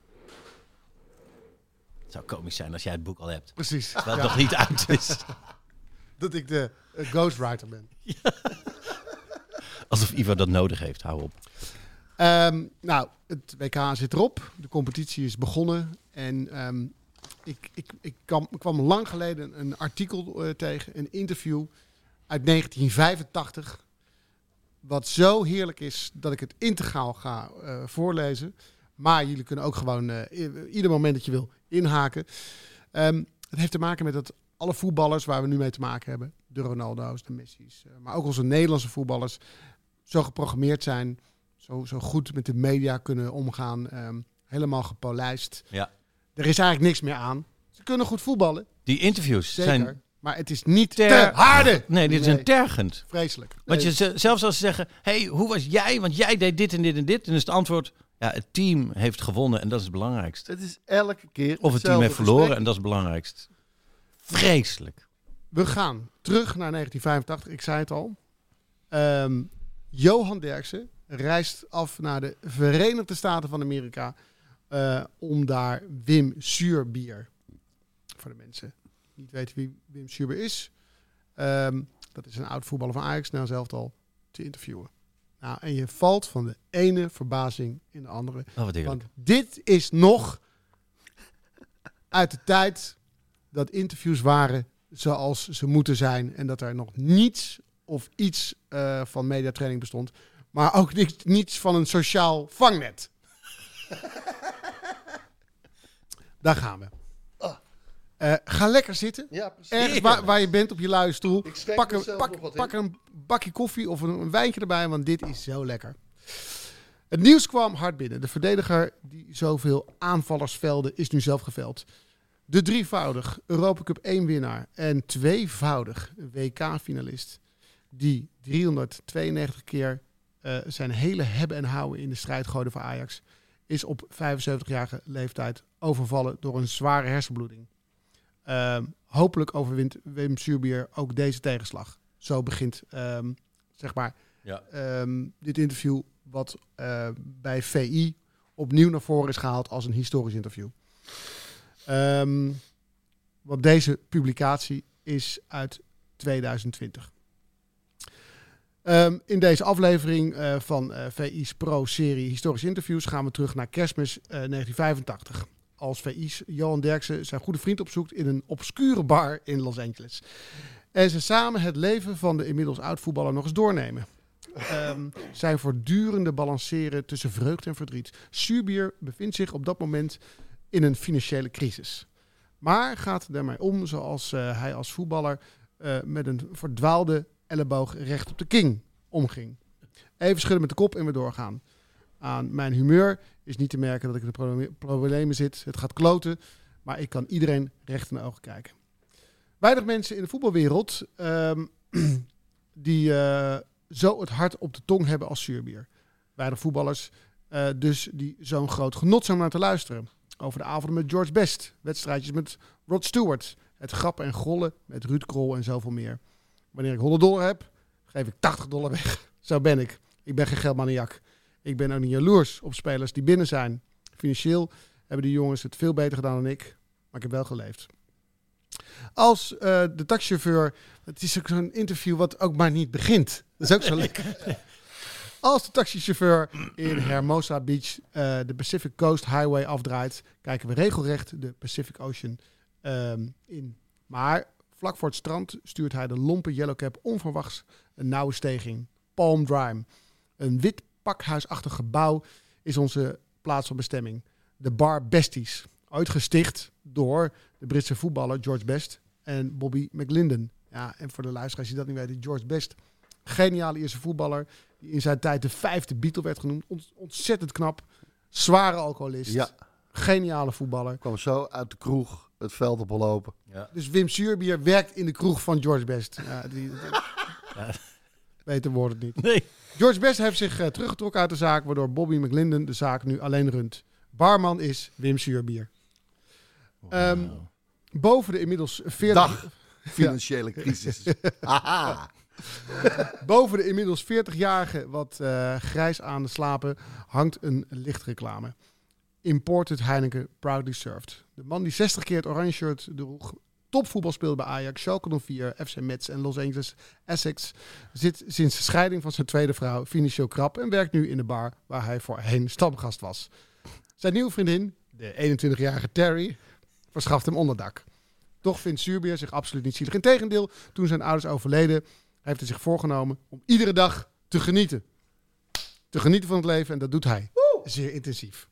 [SPEAKER 5] Het zou komisch zijn als jij het boek al hebt.
[SPEAKER 6] Precies.
[SPEAKER 5] Terwijl het nog niet uit is.
[SPEAKER 6] Dat ik de ghostwriter ben.
[SPEAKER 5] Alsof Ivan dat nodig heeft. Hou op.
[SPEAKER 6] Nou, het WK zit erop. De competitie is begonnen. En ik kwam lang geleden een artikel tegen, een interview uit 1985. Wat zo heerlijk is dat ik het integraal ga voorlezen. Maar jullie kunnen ook gewoon ieder moment dat je wil inhaken. Het heeft te maken met dat alle voetballers waar we nu mee te maken hebben, de Ronaldo's, de Messi's, maar ook onze Nederlandse voetballers, zo geprogrammeerd zijn, zo goed met de media kunnen omgaan, helemaal gepolijst.
[SPEAKER 5] Ja.
[SPEAKER 6] Er is eigenlijk niks meer aan. Ze kunnen goed voetballen,
[SPEAKER 5] Die interviews
[SPEAKER 6] zeker.
[SPEAKER 5] zijn
[SPEAKER 6] Maar het is niet te harde.
[SPEAKER 5] Nee, dit zijn tergend.
[SPEAKER 6] Vreselijk.
[SPEAKER 5] Want zelfs als ze zeggen, hey, hoe was jij? Want jij deed dit en dit en dit. Dan is het antwoord, ja, het team heeft gewonnen en dat is het belangrijkste.
[SPEAKER 4] Het is elke keer
[SPEAKER 5] Of het team heeft verloren en dat is het belangrijkst. Vreselijk.
[SPEAKER 6] We gaan terug naar 1985. Ik zei het al. Johan Derksen reist af naar de Verenigde Staten van Amerika om daar Wim Suurbier, voor de mensen die niet weten wie Wim Suurbier is, dat is een oud voetballer van Ajax, nou zelf al, te interviewen. Nou, en je valt van de ene verbazing in de andere.
[SPEAKER 5] Oh, wat heerlijk.
[SPEAKER 6] Want dit is nog uit de tijd dat interviews waren zoals ze moeten zijn. En dat er nog niets of iets van mediatraining bestond. Maar ook niets van een sociaal vangnet. Daar gaan we. Ga lekker zitten.
[SPEAKER 4] Ja, precies.
[SPEAKER 6] Ergens waar je bent op je luie stoel.
[SPEAKER 4] Ik schenk
[SPEAKER 6] Pak
[SPEAKER 4] mezelf nog wat
[SPEAKER 6] pak
[SPEAKER 4] in.
[SPEAKER 6] een bakje koffie of een wijntje erbij, want dit is zo lekker. Het nieuws kwam hard binnen. De verdediger die zoveel aanvallers velde, is nu zelf geveld. De drievoudig Europa Cup 1 winnaar en tweevoudig WK-finalist, die 392 keer zijn hele hebben en houden in de strijd gooide voor Ajax, is op 75-jarige leeftijd overvallen door een zware hersenbloeding. Hopelijk overwint Wim Suurbier ook deze tegenslag. Zo begint zeg maar dit interview wat bij VI opnieuw naar voren is gehaald als een historisch interview. Want deze publicatie is uit 2020. In deze aflevering van VI's Pro-serie Historische Interviews gaan we terug naar Kerstmis 1985. Als VI's Johan Derksen zijn goede vriend opzoekt in een obscure bar in Los Angeles. En ze samen het leven van de inmiddels oud-voetballer nog eens doornemen. Zijn voortdurende balanceren tussen vreugde en verdriet. Zuurbier bevindt zich op dat moment in een financiële crisis. Maar gaat ermee om zoals hij als voetballer met een verdwaalde elleboog recht op de king omging. Even schudden met de kop en weer doorgaan. Aan mijn humeur is niet te merken dat ik in de problemen zit. Het gaat kloten, maar ik kan iedereen recht in de ogen kijken. Weinig mensen in de voetbalwereld die zo het hart op de tong hebben als Zuurbier. Weinig voetballers dus die zo'n groot genot zijn om naar te luisteren. Over de avonden met George Best, wedstrijdjes met Rod Stewart, het grappen en grollen met Ruud Krol en zoveel meer. Wanneer ik $100 heb, geef ik $80 weg. Zo ben ik. Ik ben geen geldmaniak. Ik ben ook niet jaloers op spelers die binnen zijn. Financieel hebben die jongens het veel beter gedaan dan ik, maar ik heb wel geleefd. Als de taxichauffeur, het is ook zo'n interview wat ook maar niet begint. Dat is ook zo lekker. Als de taxichauffeur in Hermosa Beach de Pacific Coast Highway afdraait, kijken we regelrecht de Pacific Ocean in. Maar vlak voor het strand stuurt hij de lompe yellowcap onverwachts een nauwe steeg in. Palm Drive. Een wit pakhuisachtig gebouw is onze plaats van bestemming. De Bar Besties. Ooit gesticht door de Britse voetballer George Best en Bobby McLinden. Ja, en voor de luisteraars die dat niet weten, George Best, geniale Ierse voetballer, die in zijn tijd de 5e Beatle werd genoemd. Ontzettend knap. Zware alcoholist. Ja. Geniale voetballer.
[SPEAKER 4] Kwam zo uit de kroeg het veld op lopen.
[SPEAKER 6] Ja. Dus Wim Zuurbier werkt in de kroeg van George Best. Ja, beter wordt het niet. Nee. George Best heeft zich teruggetrokken uit de zaak, waardoor Bobby McLinden de zaak nu alleen runt. Barman is Wim Zuurbier. Wow. Boven de inmiddels 40...
[SPEAKER 4] Dag, financiële crisis. Aha.
[SPEAKER 6] Boven de inmiddels 40-jarige, wat grijs aan de slapen, hangt een lichtreclame. Imported Heineken Proudly Served. De man die 60 keer het oranje shirt droeg, topvoetbal speelde bij Ajax, Schalke 04, FC Metz en Los Angeles Essex, zit sinds de scheiding van zijn tweede vrouw financieel krap en werkt nu in de bar waar hij voorheen stamgast was. Zijn nieuwe vriendin, de 21-jarige Terry, verschaft hem onderdak. Toch vindt Zuurbier zich absoluut niet zielig. Integendeel, toen zijn ouders overleden, heeft hij zich voorgenomen om iedere dag te genieten. Te genieten van het leven en dat doet hij. Zeer intensief.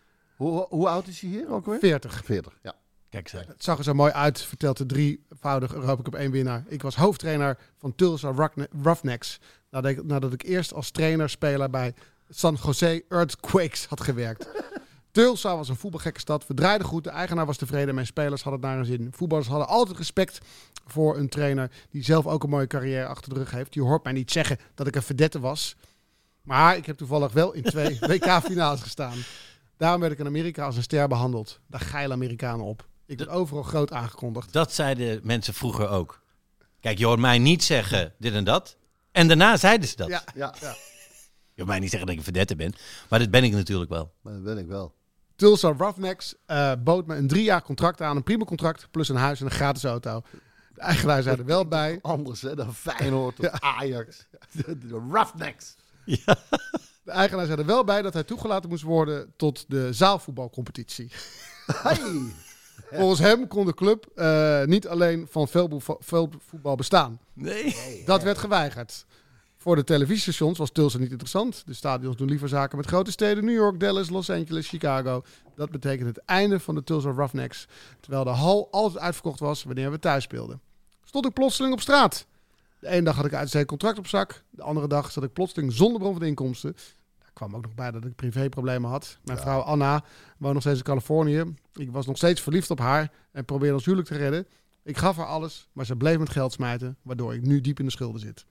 [SPEAKER 4] Hoe oud is hij hier ook weer?
[SPEAKER 6] 40,
[SPEAKER 4] ja.
[SPEAKER 6] Kijk, het zag er zo mooi uit, vertelt de drievoudig Europa Cup 1 winnaar. Ik was hoofdtrainer van Tulsa Roughnecks. Nadat ik eerst als trainer-speler bij San Jose Earthquakes had gewerkt. Tulsa was een voetbalgekke stad. We draaiden goed, de eigenaar was tevreden en mijn spelers hadden het naar hun zin. Voetballers hadden altijd respect voor een trainer die zelf ook een mooie carrière achter de rug heeft. Je hoort mij niet zeggen dat ik een vedette was. Maar ik heb toevallig wel in 2 WK-finales gestaan. Daarom werd ik in Amerika als een ster behandeld. Daar geilen Amerikanen op. Ik werd overal groot aangekondigd.
[SPEAKER 5] Dat zeiden mensen vroeger ook. Kijk, je hoort mij niet zeggen dit en dat. En daarna zeiden ze dat.
[SPEAKER 6] Ja.
[SPEAKER 5] Je hoort mij niet zeggen dat ik een verdette ben. Maar dat ben ik natuurlijk wel.
[SPEAKER 4] Maar dat ben ik wel.
[SPEAKER 6] Tulsa Roughnecks bood me een 3-jaar contract aan. Een prima contract, plus een huis en een gratis auto. De eigenaar zei er wel bij.
[SPEAKER 4] Anders hè, dan Feyenoord of Ajax. De Roughnecks.
[SPEAKER 5] Ja.
[SPEAKER 6] De eigenaar zei er wel bij dat hij toegelaten moest worden tot de zaalvoetbalcompetitie.
[SPEAKER 4] Hey.
[SPEAKER 6] Volgens hem kon de club niet alleen van veldvoetbal bestaan.
[SPEAKER 5] Nee.
[SPEAKER 6] Dat werd geweigerd. Voor de televisiestations was Tulsa niet interessant. De stadions doen liever zaken met grote steden. New York, Dallas, Los Angeles, Chicago. Dat betekent het einde van de Tulsa Roughnecks. Terwijl de hal altijd uitverkocht was wanneer we thuis speelden. Stond ik plotseling op straat. De ene dag had ik uitstekend contract op zak. De andere dag zat ik plotseling zonder bron van inkomsten. Daar kwam ook nog bij dat ik privéproblemen had. Mijn vrouw Anna woont nog steeds in Californië. Ik was nog steeds verliefd op haar en probeerde ons huwelijk te redden. Ik gaf haar alles, maar ze bleef met geld smijten, waardoor ik nu diep in de schulden zit.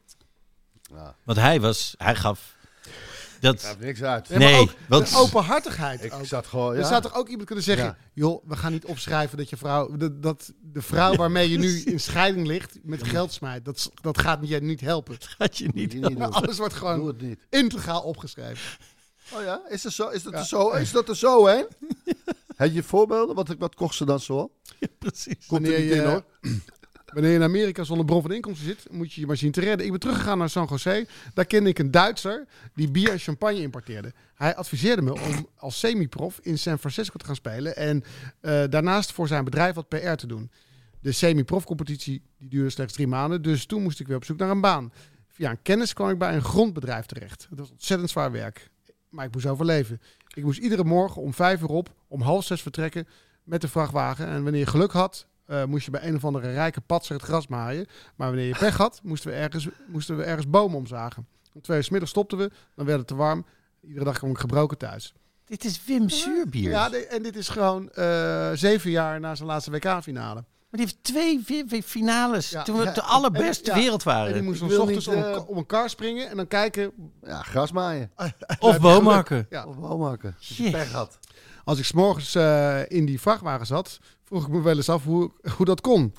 [SPEAKER 4] Ja.
[SPEAKER 5] Want hij gaf... Dat
[SPEAKER 4] gaat niks uit.
[SPEAKER 5] Nee,
[SPEAKER 6] want de openhartigheid.
[SPEAKER 4] Ik zat gewoon.
[SPEAKER 6] Er zou toch ook iemand kunnen zeggen: joh, we gaan niet opschrijven dat je vrouw, dat de vrouw waarmee je nu in scheiding ligt met geld smijt. Dat gaat je niet helpen.
[SPEAKER 5] Dat gaat je niet helpen.
[SPEAKER 6] Alles wordt gewoon integraal opgeschreven.
[SPEAKER 4] Oh ja, is dat er zo? Is dat er zo, hè? Heb je voorbeelden? Wat kost ze dan zo?
[SPEAKER 5] Ja, precies.
[SPEAKER 4] Komt er niet in, hoor.
[SPEAKER 6] Wanneer je in Amerika zonder bron van inkomsten zit, moet je je maar zien te redden. Ik ben teruggegaan naar San Jose. Daar kende ik een Duitser die bier en champagne importeerde. Hij adviseerde me om als semi-prof in San Francisco te gaan spelen. En daarnaast voor zijn bedrijf wat PR te doen. De semi-prof-competitie die duurde slechts 3 maanden. Dus toen moest ik weer op zoek naar een baan. Via een kennis kwam ik bij een grondbedrijf terecht. Dat was ontzettend zwaar werk. Maar ik moest overleven. Ik moest iedere morgen om 5 uur op, om 5:30 vertrekken met de vrachtwagen. En wanneer je geluk had, moest je bij een of andere rijke patser het gras maaien. Maar wanneer je pech had, moesten we ergens bomen omzagen. Om 2 uur 's middags stopten we, dan werd het te warm. Iedere dag kwam ik gebroken thuis.
[SPEAKER 5] Dit is Wim Zuurbier.
[SPEAKER 6] Ja, en dit is gewoon 7 jaar na zijn laatste WK-finale.
[SPEAKER 5] Maar die heeft 2 finales toen we de allerbeste
[SPEAKER 6] en,
[SPEAKER 5] wereld waren.
[SPEAKER 6] En die moest dan 's ochtends om een kar springen en dan kijken.
[SPEAKER 4] Ja, gras maaien.
[SPEAKER 5] Of boomhakken.
[SPEAKER 6] Ja.
[SPEAKER 4] Of boomhakken. Als je pech had.
[SPEAKER 6] Als ik 's morgens in die vrachtwagen zat, vroeg ik me wel eens af hoe dat kon.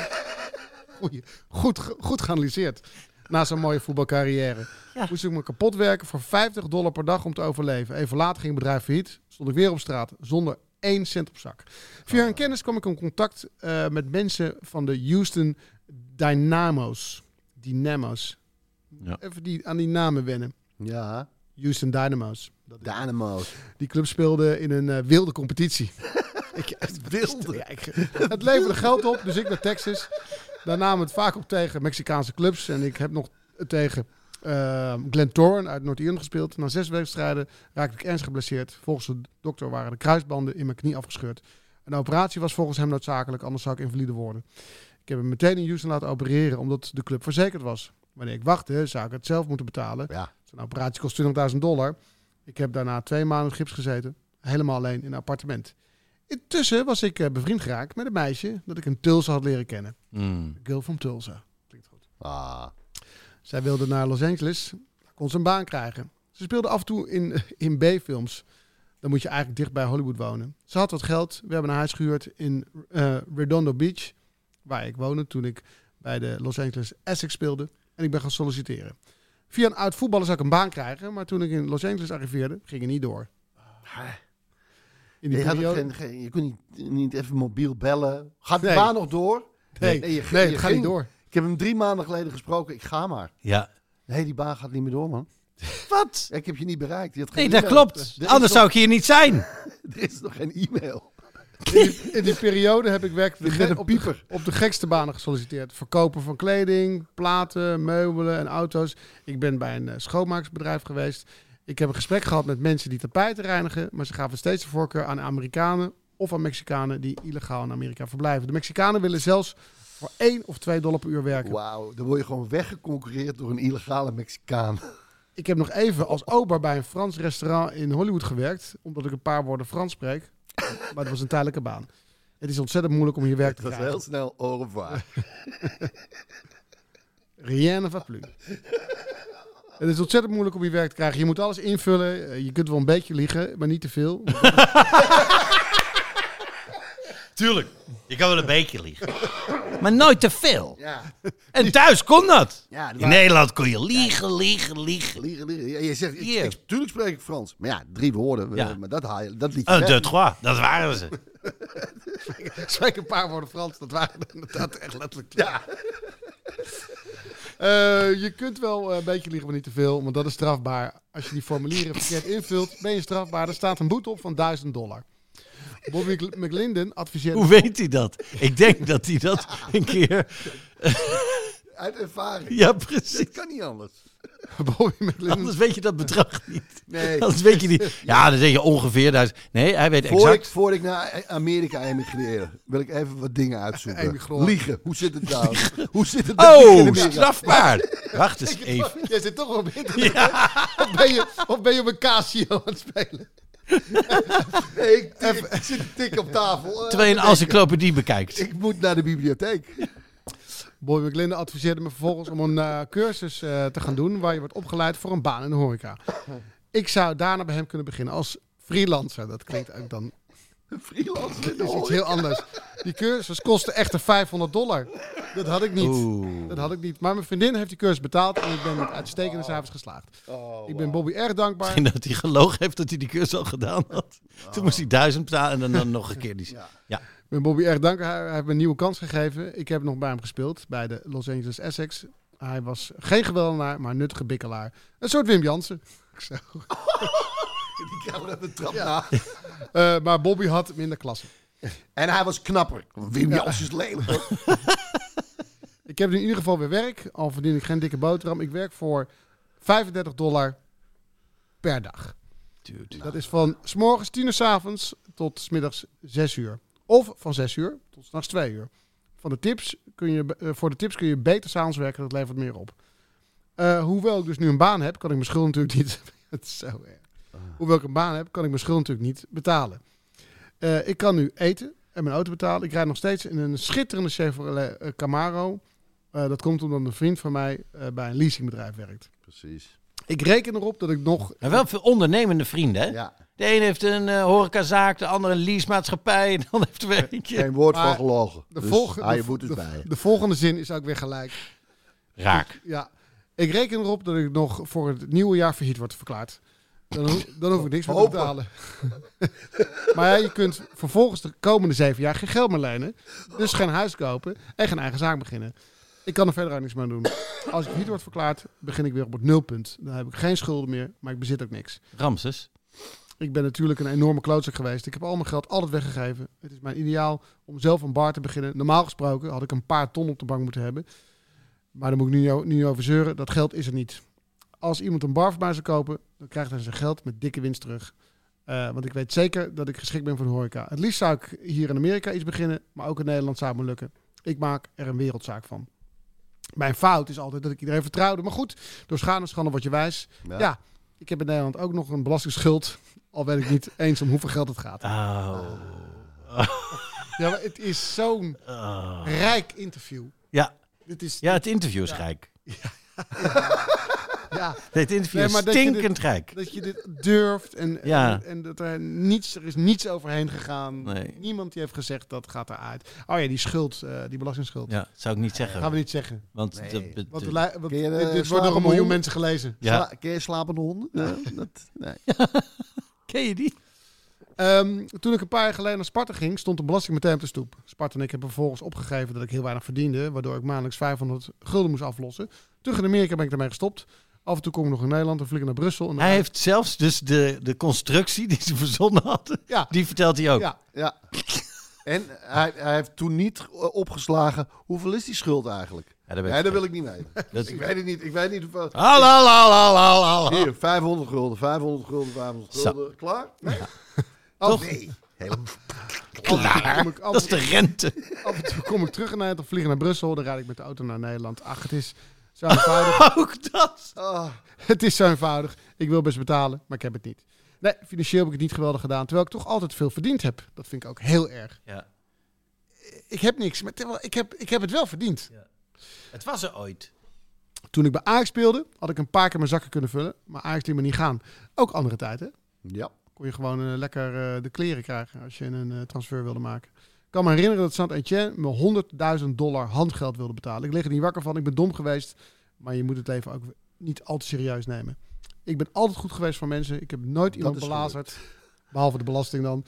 [SPEAKER 6] Goed geanalyseerd. Na zo'n mooie voetbalcarrière. Ja. Moest ik me kapot werken voor $50 per dag om te overleven. Even later ging het bedrijf failliet. Stond ik weer op straat zonder 1 cent op zak. Via een kennis kwam ik in contact met mensen van de Houston Dynamo's. Ja. Even aan die namen wennen.
[SPEAKER 4] Ja.
[SPEAKER 6] Houston Dynamo's.
[SPEAKER 4] Dynamo's.
[SPEAKER 6] Die club speelde in een wilde competitie. Het leverde geld op, dus ik naar Texas. Daar namen het vaak op tegen Mexicaanse clubs. En ik heb nog tegen Glen Torren uit Noord-Ierland gespeeld. Na 6 wedstrijden raakte ik ernstig geblesseerd. Volgens de dokter waren de kruisbanden in mijn knie afgescheurd. Een operatie was volgens hem noodzakelijk, anders zou ik invalide worden. Ik heb hem meteen in Houston laten opereren, omdat de club verzekerd was. Wanneer ik wachtte, zou ik het zelf moeten betalen.
[SPEAKER 4] Ja.
[SPEAKER 6] Zo'n operatie kost $20.000. Ik heb daarna 2 maanden in gips gezeten. Helemaal alleen in een appartement. Intussen was ik bevriend geraakt met een meisje dat ik in Tulsa had leren kennen. Girl from Tulsa. Klinkt goed. Zij wilde naar Los Angeles. Daar kon ze een baan krijgen. Ze speelde af en toe in B-films. Dan moet je eigenlijk dicht bij Hollywood wonen. Ze had wat geld. We hebben een huis gehuurd in Redondo Beach. Waar ik woonde toen ik bij de Los Angeles Essex speelde. En ik ben gaan solliciteren. Via een oud voetballer zou ik een baan krijgen. Maar toen ik in Los Angeles arriveerde, ging het niet door. In die periode...
[SPEAKER 4] je kunt niet even mobiel bellen. Gaat de baan nog door?
[SPEAKER 6] Nee, het gaat niet door.
[SPEAKER 4] Ik heb hem 3 maanden geleden gesproken. Ik ga maar.
[SPEAKER 5] Ja.
[SPEAKER 4] Nee, die baan gaat niet meer door, man.
[SPEAKER 5] Wat?
[SPEAKER 4] Ik heb je niet bereikt.
[SPEAKER 5] Nee, dat klopt. Anders zou ik hier niet zijn.
[SPEAKER 4] Er is nog geen e-mail.
[SPEAKER 6] In die periode heb ik werkelijk op de gekste banen gesolliciteerd. Verkopen van kleding, platen, meubelen en auto's. Ik ben bij een schoonmaaksbedrijf geweest. Ik heb een gesprek gehad met mensen die tapijten reinigen. Maar ze gaven steeds de voorkeur aan Amerikanen of aan Mexicanen die illegaal in Amerika verblijven. De Mexicanen willen zelfs voor $1 of $2 per uur werken.
[SPEAKER 4] Wauw, dan word je gewoon weggeconcurreerd door een illegale Mexicaan.
[SPEAKER 6] Ik heb nog even als ober bij een Frans restaurant in Hollywood gewerkt. Omdat ik een paar woorden Frans spreek. Maar het was een tijdelijke baan. Het is ontzettend moeilijk om hier werk te krijgen.
[SPEAKER 4] Dat was heel snel au revoir.
[SPEAKER 6] Rien ne va plus. Het is ontzettend moeilijk om hier werk te krijgen. Je moet alles invullen. Je kunt wel een beetje liegen, maar niet te veel.
[SPEAKER 5] Tuurlijk. Je kan wel een beetje liegen. Maar nooit te veel.
[SPEAKER 4] Ja.
[SPEAKER 5] En thuis kon dat.
[SPEAKER 4] Ja,
[SPEAKER 5] in Nederland kon je liegen.
[SPEAKER 4] Liegen. Ja, je zegt, tuurlijk spreek ik Frans. Maar ja, 3 woorden.
[SPEAKER 5] Ja.
[SPEAKER 4] Maar dat haal je, dat liet je
[SPEAKER 5] 1,
[SPEAKER 4] weg.
[SPEAKER 5] 2, 3. Dat waren ze.
[SPEAKER 6] Spreek een paar woorden Frans. Dat waren inderdaad echt letterlijk.
[SPEAKER 4] Ja.
[SPEAKER 6] Je kunt wel een beetje liegen, maar niet te veel. Want dat is strafbaar. Als je die formulieren verkeerd invult, ben je strafbaar. Er staat een boete op van $1000. Bobby McLinden adviseert...
[SPEAKER 5] Hoe weet hij dat? Ik denk dat hij dat een keer...
[SPEAKER 4] Uit ervaring.
[SPEAKER 5] Ja, precies.
[SPEAKER 4] Dat kan niet anders.
[SPEAKER 6] Bobby McLinden...
[SPEAKER 5] Anders weet je dat bedrag niet.
[SPEAKER 4] Nee.
[SPEAKER 5] Anders weet je niet. Ja, dan zeg je ongeveer 1000. Nee, hij weet exact.
[SPEAKER 4] Voor ik naar Amerika emigreer, wil ik even wat dingen uitzoeken. Liegen. Hoe zit het nou? Hoe zit het
[SPEAKER 5] Oh, strafbaar. Wacht eens even.
[SPEAKER 6] Jij zit toch wel op internet. Ja. Of ben je op een Casio aan het spelen?
[SPEAKER 4] Nee, ik zit tik op tafel.
[SPEAKER 5] Terwijl je een encyclopedie bekijkt.
[SPEAKER 4] Ik moet naar de bibliotheek.
[SPEAKER 6] Bobby McLinden adviseerde me vervolgens om een cursus te gaan doen waar je wordt opgeleid voor een baan in de horeca. Ik zou daarna bij hem kunnen beginnen als freelancer. Dat klinkt eigenlijk dan
[SPEAKER 4] Freelance.
[SPEAKER 6] Dat is iets heel anders. Die cursus kostte echter $500. Dat had ik niet. Maar mijn vriendin heeft die cursus betaald en ik ben met uitstekende cijfers geslaagd. Ik ben Bobby erg dankbaar.
[SPEAKER 5] Misschien dat hij gelogen heeft dat hij die cursus al gedaan had. Toen moest hij 1000 betalen en dan nog een keer. Ja.
[SPEAKER 6] Ik ben Bobby erg dankbaar. Hij heeft me een nieuwe kans gegeven. Ik heb nog bij hem gespeeld bij de Los Angeles Essex. Hij was geen geweldenaar, maar nuttige bikkelaar. Een soort Wim Jansen. Zo.
[SPEAKER 4] Die krijgen we even trap na.
[SPEAKER 6] Maar Bobby had minder klasse.
[SPEAKER 4] En hij was knapper. Wim Jansen is lelijk.
[SPEAKER 6] Ik heb nu in ieder geval weer werk. Al verdien ik geen dikke boterham. Ik werk voor $35 per dag.
[SPEAKER 5] Dude.
[SPEAKER 6] Dat is van 's morgens 10 uur 's avonds tot 's middags 6 uur. Of van 6 uur tot 's nachts 2 uur. Voor de tips kun je beter 's avonds werken. Dat levert meer op. Hoewel ik dus nu een baan heb, kan ik mijn schuld natuurlijk niet... Het is zo erg. Hoewel ik een baan heb, kan ik mijn schuld natuurlijk niet betalen. Ik kan nu eten en mijn auto betalen. Ik rijd nog steeds in een schitterende Chevrolet Camaro. Dat komt omdat een vriend van mij bij een leasingbedrijf werkt.
[SPEAKER 4] Precies.
[SPEAKER 6] Ik reken erop dat ik nog...
[SPEAKER 5] Maar wel veel ondernemende vrienden, hè?
[SPEAKER 4] Ja.
[SPEAKER 5] De een heeft een horecazaak, de ander een leasemaatschappij. En dan heeft er eentje...
[SPEAKER 4] Geen woord
[SPEAKER 6] Maar
[SPEAKER 4] van gelogen.
[SPEAKER 6] De volgende zin is ook weer gelijk.
[SPEAKER 5] Raak.
[SPEAKER 6] Ja. Ik reken erop dat ik nog voor het nieuwe jaar failliet word verklaard. Dan hoef ik niks meer te betalen. Maar ja, je kunt vervolgens de komende 7 jaar geen geld meer lenen. Dus geen huis kopen en geen eigen zaak beginnen. Ik kan er verder ook niks meer aan doen. Als ik failliet word verklaard, begin ik weer op het nulpunt. Dan heb ik geen schulden meer, maar ik bezit ook niks.
[SPEAKER 5] Ramses.
[SPEAKER 6] Ik ben natuurlijk een enorme klootzak geweest. Ik heb al mijn geld altijd weggegeven. Het is mijn ideaal om zelf een bar te beginnen. Normaal gesproken had ik een paar ton op de bank moeten hebben. Maar daar moet ik nu over zeuren. Dat geld is er niet. Als iemand een bar voor mij zou kopen, dan krijgt hij zijn geld met dikke winst terug. Want ik weet zeker dat ik geschikt ben voor de horeca. Het liefst zou ik hier in Amerika iets beginnen, maar ook in Nederland zou het me lukken. Ik maak er een wereldzaak van. Mijn fout is altijd dat ik iedereen vertrouwde. Maar goed, door schade en schande word je wijs. Ja, ik heb in Nederland ook nog een belastingsschuld. Al weet ik niet eens om hoeveel geld het gaat. Ja, maar het is zo'n rijk interview.
[SPEAKER 5] Ja.
[SPEAKER 6] Ja,
[SPEAKER 5] het interview is rijk.
[SPEAKER 6] Ja.
[SPEAKER 5] Het interview is stinkend rijk.
[SPEAKER 6] Dat je dit durft en dat er is niets overheen gegaan. Nee. Niemand die heeft gezegd dat gaat eruit. Oh ja, die schuld, die belastingsschuld.
[SPEAKER 5] Ja, dat zou ik niet zeggen.
[SPEAKER 6] Gaan we niet zeggen.
[SPEAKER 5] Want
[SPEAKER 6] dit wordt door 1 miljoen mensen gelezen.
[SPEAKER 5] Ja.
[SPEAKER 4] Ken je slapende honden? Nee.
[SPEAKER 5] Ken je die?
[SPEAKER 6] Toen ik een paar jaar geleden naar Sparta ging, stond de belasting meteen op de stoep. Sparta en ik hebben vervolgens opgegeven dat ik heel weinig verdiende, waardoor ik maandelijks 500 gulden moest aflossen. Terug in Amerika ben ik daarmee gestopt. Af en toe kom ik nog in Nederland en vlieg naar Brussel. En
[SPEAKER 5] hij heeft zelfs dus de constructie die ze verzonnen hadden, die vertelt hij ook.
[SPEAKER 4] Ja. En hij heeft toen niet opgeslagen. Hoeveel is die schuld eigenlijk? Ja, dat wil ik niet weten. Ik weet niet hoeveel. Hier, 500 gulden, 500 gulden, 500 gulden. Klaar? Nee?
[SPEAKER 5] Toch?
[SPEAKER 4] Nee.
[SPEAKER 5] Klaar. Dat is de rente.
[SPEAKER 6] Af en toe kom ik terug in Nederland of vliegen naar Brussel. Dan rijd ik met de auto naar Nederland. Ach, het is zo eenvoudig.
[SPEAKER 5] Ook dat.
[SPEAKER 6] Het is zo eenvoudig. Ik wil best betalen, maar ik heb het niet. Nee, financieel heb ik het niet geweldig gedaan. Terwijl ik toch altijd veel verdiend heb. Dat vind ik ook heel erg.
[SPEAKER 5] Ja.
[SPEAKER 6] Ik heb niks, maar ik heb het wel verdiend.
[SPEAKER 5] Ja. Het was er ooit.
[SPEAKER 6] Toen ik bij Ajax speelde, had ik een paar keer mijn zakken kunnen vullen. Maar Ajax liet me niet gaan. Ook andere tijd, hè?
[SPEAKER 4] Ja.
[SPEAKER 6] Kon je gewoon lekker de kleren krijgen als je een transfer wilde maken. Ik kan me herinneren dat Saint-Étienne me $100.000 handgeld wilde betalen. Ik lig er niet wakker van. Ik ben dom geweest. Maar je moet het leven ook niet al te serieus nemen. Ik ben altijd goed geweest voor mensen. Ik heb nooit iemand belazerd. Behalve de belasting dan.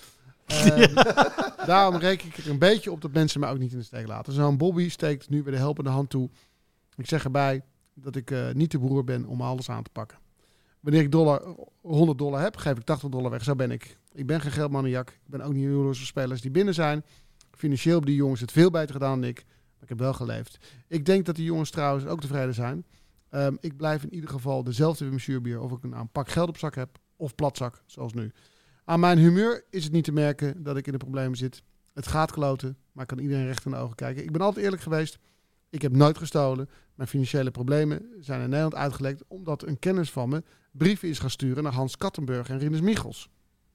[SPEAKER 6] Daarom reken ik er een beetje op dat mensen me ook niet in de steek laten. Zo'n Bobby steekt nu weer de helpende hand toe. Ik zeg erbij dat ik niet de broer ben om alles aan te pakken. Wanneer ik $100 heb, geef ik $80 weg. Zo ben ik. Ik ben geen geldmaniak. Ik ben ook niet jaloers op spelers die binnen zijn. Financieel hebben die jongens het veel beter gedaan dan ik. Maar ik heb wel geleefd. Ik denk dat die jongens trouwens ook tevreden zijn. Ik blijf in ieder geval dezelfde Wim Suurbier. Of ik een pak geld op zak heb of platzak, zoals nu. Aan mijn humeur is het niet te merken dat ik in de problemen zit. Het gaat kloten, maar ik kan iedereen recht in de ogen kijken. Ik ben altijd eerlijk geweest. Ik heb nooit gestolen. Mijn financiële problemen zijn in Nederland uitgelekt omdat een kennis van me brieven is gaan sturen naar Hans Kattenburg en Rinus Michels.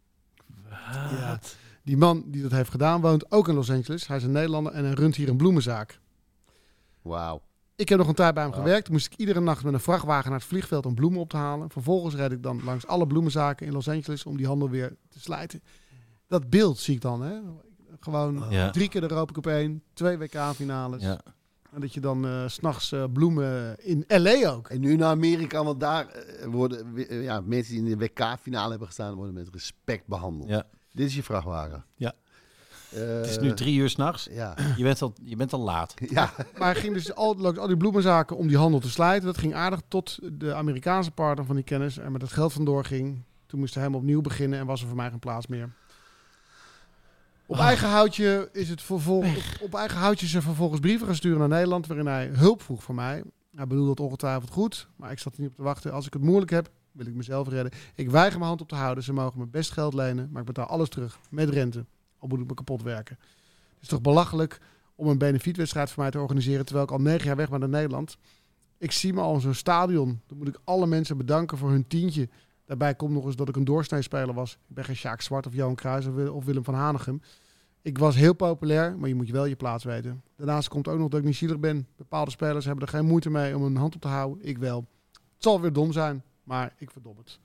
[SPEAKER 6] Ja, die man die dat heeft gedaan woont ook in Los Angeles. Hij is een Nederlander en hij runt hier een bloemenzaak.
[SPEAKER 4] Wauw.
[SPEAKER 6] Ik heb nog een tijd bij hem gewerkt. Moest ik iedere nacht met een vrachtwagen naar het vliegveld om bloemen op te halen. Vervolgens reed ik dan langs alle bloemenzaken in Los Angeles om die handel weer te slijten. Dat beeld zie ik dan, hè. Gewoon 3 keer de Europa Cup 1, 2 WK-finales.
[SPEAKER 5] Ja.
[SPEAKER 6] En dat je dan 's nachts bloemen in L.A. ook.
[SPEAKER 4] En nu naar Amerika, want daar worden mensen die in de WK-finale hebben gestaan, worden met respect behandeld.
[SPEAKER 5] Ja.
[SPEAKER 4] Dit is je vrachtwagen.
[SPEAKER 5] Ja. Het is nu 3 uur 's nachts.
[SPEAKER 4] Ja.
[SPEAKER 5] Je bent al laat.
[SPEAKER 4] Ja.
[SPEAKER 6] Maar hij ging dus langs al die bloemenzaken om die handel te slijten. Dat ging aardig tot de Amerikaanse partner van die kennis er met het geld vandoor ging. Toen moest hij helemaal opnieuw beginnen en was er voor mij geen plaats meer. Op eigen houtje is er vervolgens brieven gaan sturen naar Nederland waarin hij hulp vroeg voor mij. Hij bedoelde het ongetwijfeld goed, maar ik zat er niet op te wachten. Als ik het moeilijk heb, wil ik mezelf redden. Ik weiger mijn hand op te houden. Ze mogen me best geld lenen, maar ik betaal alles terug met rente. Al moet ik me kapot werken. Het is toch belachelijk om een benefietwedstrijd voor mij te organiseren terwijl ik al 9 jaar weg ben naar Nederland. Ik zie me al in zo'n stadion. Dan moet ik alle mensen bedanken voor hun tientje. Daarbij komt nog eens dat ik een doorsneespeler was. Ik ben geen Sjaak Zwart of Johan Cruijff of Willem van Hanegem. Ik was heel populair, maar je moet wel je plaats weten. Daarnaast komt ook nog dat ik niet zielig ben. Bepaalde spelers hebben er geen moeite mee om hun hand op te houden. Ik wel. Het zal weer dom zijn, maar ik verdom het.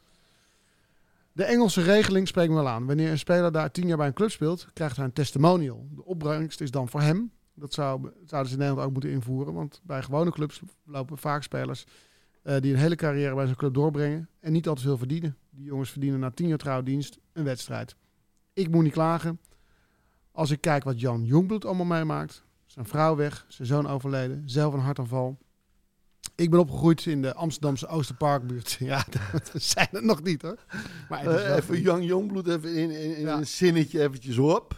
[SPEAKER 6] De Engelse regeling spreekt me wel aan. Wanneer een speler daar 10 jaar bij een club speelt, krijgt hij een testimonial. De opbrengst is dan voor hem. Dat zouden ze in Nederland ook moeten invoeren. Want bij gewone clubs lopen vaak spelers die een hele carrière bij zo'n club doorbrengen en niet al te veel verdienen. Die jongens verdienen na 10 jaar trouwdienst een wedstrijd. Ik moet niet klagen. Als ik kijk wat Jan Jongbloed allemaal meemaakt. Zijn vrouw weg, zijn zoon overleden, zelf een hartaanval. Ik ben opgegroeid in de Amsterdamse Oosterparkbuurt. Ja, dat zijn er nog niet hoor. Maar het is wel
[SPEAKER 4] Even Jan Jongbloed even in een zinnetje eventjes op.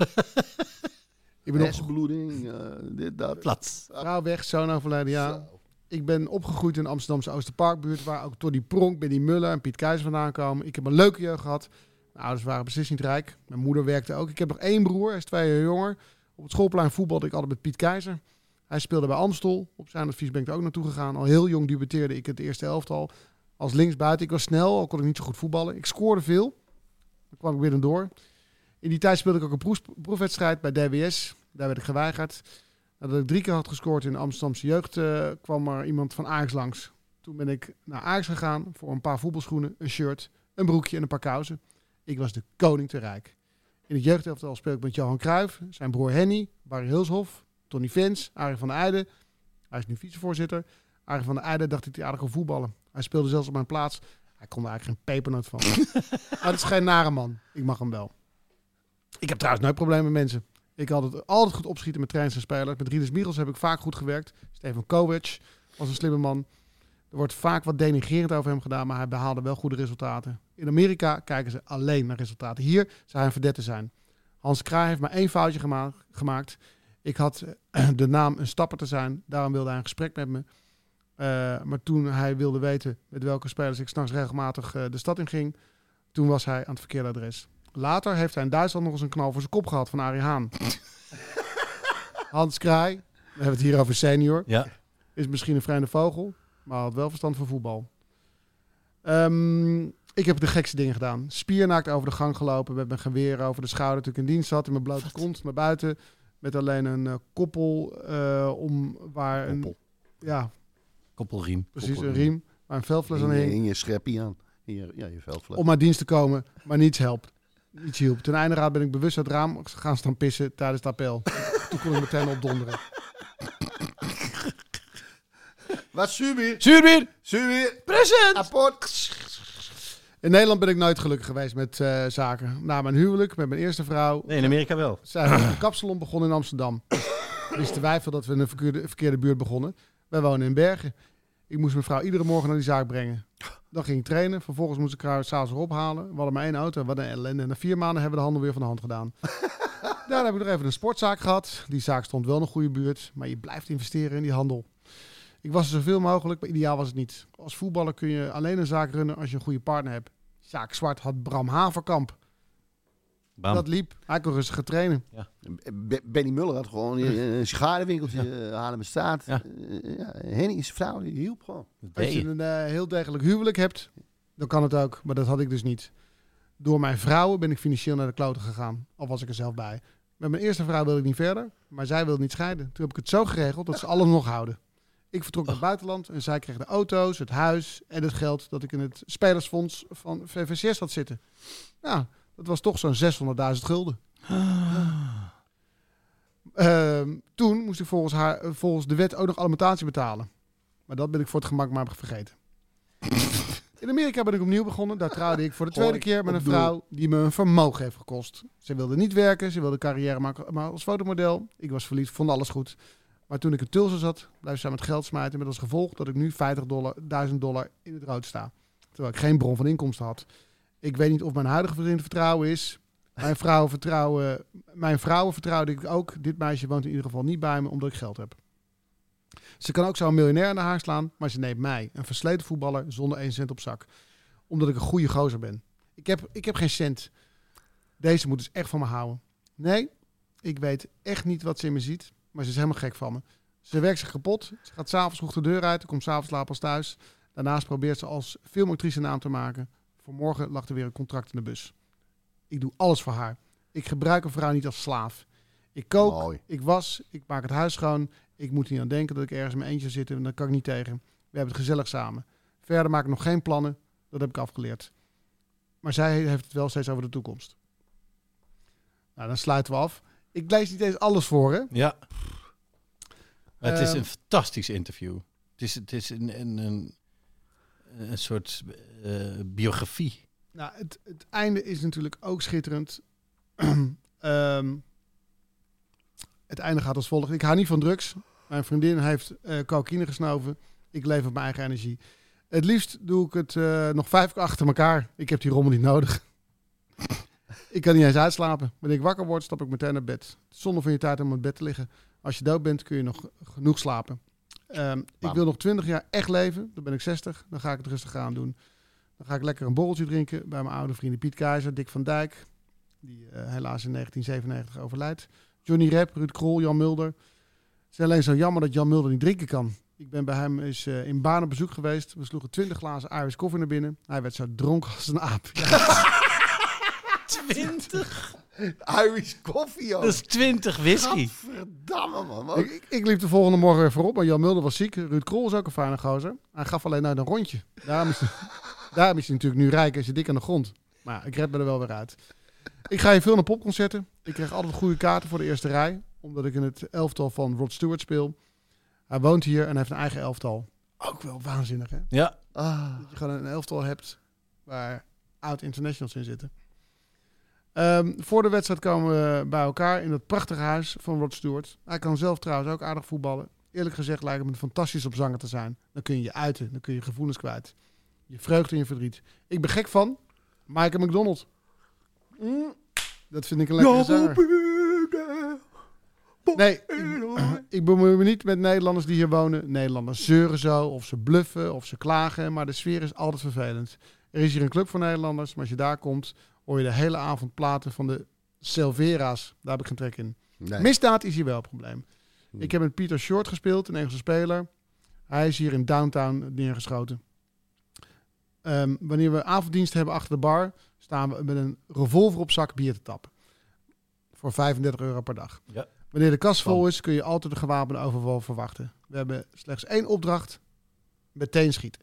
[SPEAKER 6] Ik ben
[SPEAKER 4] hersenbloeding, dit, dat.
[SPEAKER 5] Plat.
[SPEAKER 6] Vrouw weg, zoon overleden, ja.
[SPEAKER 4] Zo.
[SPEAKER 6] Ik ben opgegroeid in de Amsterdamse Oosterparkbuurt, waar ook Tony Pronk, Benny Muller en Piet Keizer vandaan komen. Ik heb een leuke jeugd gehad. Mijn ouders waren beslist niet rijk. Mijn moeder werkte ook. Ik heb nog 1 broer, hij is 2 jaar jonger. Op het schoolplein voetbalde ik altijd met Piet Keizer. Hij speelde bij Amstel. Op zijn advies ben ik er ook naartoe gegaan. Al heel jong debuteerde ik het eerste elftal als linksbuiten. Ik was snel, al kon ik niet zo goed voetballen. Ik scoorde veel. Dan kwam ik weer door. In die tijd speelde ik ook een proefwedstrijd bij DWS. Daar werd ik geweigerd. Nadat ik 3 keer had gescoord in de Amsterdamse jeugd, kwam er iemand van Ajax langs. Toen ben ik naar Ajax gegaan voor een paar voetbalschoenen, een shirt, een broekje en een paar kousen. Ik was de koning te rijk. In het jeugdelftal speel ik met Johan Cruijff, zijn broer Henny, Barry Hulshoff, Tony Vens, Arie van der Eijden. Hij is nu vicevoorzitter. Arie van der Eijden dacht dat hij aardig kon voetballen. Hij speelde zelfs op mijn plaats. Hij kon er eigenlijk geen pepernoot van. Maar het is geen nare man. Ik mag hem wel. Ik heb trouwens nooit problemen met mensen. Ik had het altijd goed opschieten met trainers en spelers. Met Rinus Michels heb ik vaak goed gewerkt. Stefan Kovac was een slimme man. Er wordt vaak wat denigrerend over hem gedaan, maar hij behaalde wel goede resultaten. In Amerika kijken ze alleen naar resultaten. Hier zou hij een verdette zijn. Hans Kraaij heeft maar 1 foutje gemaakt. Ik had de naam een stapper te zijn. Daarom wilde hij een gesprek met me. Maar toen hij wilde weten met welke spelers ik 's nachts regelmatig de stad in ging, toen was hij aan het verkeerde adres. Later heeft hij in Duitsland nog eens een knal voor zijn kop gehad van Arie Haan. Hans Kraaij, we hebben het hier over senior, is misschien een vreemde vogel, maar had wel verstand van voetbal. Ik heb de gekste dingen gedaan. Spiernaakt over de gang gelopen met mijn geweer over de schouder toen ik in dienst zat. In mijn blote kont naar buiten met alleen een koppel om waar
[SPEAKER 4] Koppel.
[SPEAKER 6] Ja,
[SPEAKER 5] Koppelriem.
[SPEAKER 6] precies, een riem waar een veldfles aan hing.
[SPEAKER 4] In je scheppie aan. Je veldfles.
[SPEAKER 6] Om aan dienst te komen, maar niets hielp. Ten einde raad ben ik bewust uit het raam gaan staan pissen tijdens het appel. Toen kon ik meteen opdonderen.
[SPEAKER 4] Wat Subir?
[SPEAKER 5] Subir! Present!
[SPEAKER 4] Apport!
[SPEAKER 6] In Nederland ben ik nooit gelukkig geweest met zaken. Na mijn huwelijk met mijn eerste vrouw
[SPEAKER 5] Nee, in Amerika wel.
[SPEAKER 6] zijn we een kapsalon begonnen in Amsterdam. Wisten wij veel dat we in een verkeerde buurt begonnen. Wij wonen in Bergen. Ik moest mijn vrouw iedere morgen naar die zaak brengen. Dan ging ik trainen. Vervolgens moest ik haar s'avonds weer ophalen. We hadden maar 1 auto. Wat een ellende. En na 4 maanden hebben we de handel weer van de hand gedaan. Daarna heb ik nog even een sportzaak gehad. Die zaak stond wel in een goede buurt. Maar je blijft investeren in die handel. Ik was er zoveel mogelijk, maar ideaal was het niet. Als voetballer kun je alleen een zaak runnen als je een goede partner hebt. Sjaak Zwart had Bram Haverkamp.
[SPEAKER 5] Bam.
[SPEAKER 6] Dat liep. Hij kon rustig gaan trainen.
[SPEAKER 4] Benny Muller had gewoon een sigarenwinkeltje, Haarlemmerstraat.
[SPEAKER 5] Ja.
[SPEAKER 4] Henny is vrouw, die hielp gewoon.
[SPEAKER 6] Als je een heel degelijk huwelijk hebt, dan kan het ook. Maar dat had ik dus niet. Door mijn vrouwen ben ik financieel naar de kloten gegaan. Al was ik er zelf bij. Met mijn eerste vrouw wilde ik niet verder, maar zij wilde niet scheiden. Toen heb ik het zo geregeld dat ze alles nog houden. Ik vertrok naar het buitenland en zij kreeg de auto's, het huis en het geld dat ik in het spelersfonds van VVCS had zitten. Nou, Dat was toch zo'n 600.000 gulden. Toen moest ik volgens de wet ook nog alimentatie betalen. Maar dat ben ik voor het gemak maar vergeten. In Amerika ben ik opnieuw begonnen. Daar trouwde ik voor de tweede keer met een vrouw die me een vermogen heeft gekost. Ze wilde niet werken, ze wilde carrière maken maar als fotomodel. Ik was verliefd, vond alles goed. Maar toen ik in Tulsa zat, bleef ze met geld smijten met als gevolg dat ik nu $50.000 in het rood sta. Terwijl ik geen bron van inkomsten had. Ik weet niet of mijn huidige vriendin te vertrouwen is. Mijn vrouwen vertrouwde ik ook. Dit meisje woont in ieder geval niet bij me omdat ik geld heb. Ze kan ook zo'n miljonair naar haar slaan, maar ze neemt mij, een versleten voetballer zonder 1 cent op zak. Omdat ik een goede gozer ben. Ik heb geen cent. Deze moet dus echt van me houden. Nee, ik weet echt niet wat ze in me ziet, maar ze is helemaal gek van me. Ze werkt zich kapot. Ze gaat 's avonds vroeg de deur uit en komt 's avonds laat pas thuis. Daarnaast probeert ze als filmactrice naam te maken. Vanmorgen lag er weer een contract in de bus. Ik doe alles voor haar. Ik gebruik een vrouw niet als slaaf. Ik kook,
[SPEAKER 4] Mooi.
[SPEAKER 6] ik was, ik maak het huis schoon. Ik moet niet aan denken dat ik ergens in mijn eentje zit en daar kan ik niet tegen. We hebben het gezellig samen. Verder maak ik nog geen plannen. Dat heb ik afgeleerd. Maar zij heeft het wel steeds over de toekomst. Nou, dan sluiten we af. Ik lees niet eens alles voor, hè?
[SPEAKER 5] Ja. Maar het is een fantastisch interview. Het is een soort biografie.
[SPEAKER 6] Nou, het einde is natuurlijk ook schitterend. Het einde gaat als volgt. Ik hou niet van drugs. Mijn vriendin heeft cocaïne gesnoven. Ik leef op mijn eigen energie. Het liefst doe ik het nog 5 keer achter elkaar. Ik heb die rommel niet nodig. Ik kan niet eens uitslapen. Wanneer ik wakker word, stap ik meteen naar bed. Het is zonde van je tijd om in bed te liggen. Als je dood bent, kun je nog genoeg slapen. Ik wil nog 20 jaar echt leven. Dan ben ik 60. Dan ga ik het rustig aan doen. Dan ga ik lekker een borreltje drinken bij mijn oude vrienden Piet Keizer, Dick van Dijk, die helaas in 1997 overlijdt. Johnny Rep, Ruud Krol, Jan Mulder. Het is alleen zo jammer dat Jan Mulder niet drinken kan. Ik ben bij hem in Baan op bezoek geweest. We sloegen 20 glazen Irish koffie naar binnen. Hij werd zo dronken als een aap. Ja.
[SPEAKER 5] 20?
[SPEAKER 4] Irish koffie, joh.
[SPEAKER 5] Dat is 20 whisky.
[SPEAKER 4] Verdamme, man.
[SPEAKER 6] Ik liep de volgende morgen weer voorop, maar Jan Mulder was ziek. Ruud Krol is ook een fijne gozer. Hij gaf alleen uit een rondje. Daarom is hij natuurlijk nu rijk en zit dik aan de grond. Maar ik red me er wel weer uit. Ik ga hier veel naar popconcerten. Ik krijg altijd goede kaarten voor de eerste rij. Omdat ik in het elftal van Rod Stewart speel. Hij woont hier en heeft een eigen elftal. Ook wel waanzinnig, hè?
[SPEAKER 5] Ja.
[SPEAKER 6] Dat je gewoon een elftal hebt waar oud-internationals in zitten. Voor de wedstrijd komen we bij elkaar in dat prachtige huis van Rod Stewart. Hij kan zelf trouwens ook aardig voetballen. Eerlijk gezegd lijkt het me fantastisch op zanger te zijn. Dan kun je je uiten, dan kun je gevoelens kwijt. Je vreugde en je verdriet. Ik ben gek van Michael McDonald. Dat vind ik een lekkere zanger. Nee, ik bemoei me niet met Nederlanders die hier wonen. Nederlanders zeuren zo, of ze bluffen, of ze klagen. Maar de sfeer is altijd vervelend. Er is hier een club voor Nederlanders, maar als je daar komt, hoor je de hele avond platen van de Silvera's. Daar heb ik geen trek in.
[SPEAKER 4] Nee.
[SPEAKER 6] Misdaad is hier wel een probleem. Ik heb met Peter Short gespeeld, een Engelse speler. Hij is hier in Downtown neergeschoten. Wanneer we avonddienst hebben achter de bar, staan we met een revolver op zak bier te tappen. Voor €35 per dag.
[SPEAKER 5] Ja.
[SPEAKER 6] Wanneer de kas vol is, kun je altijd een gewapende overval verwachten. We hebben slechts 1 opdracht. Meteen schieten.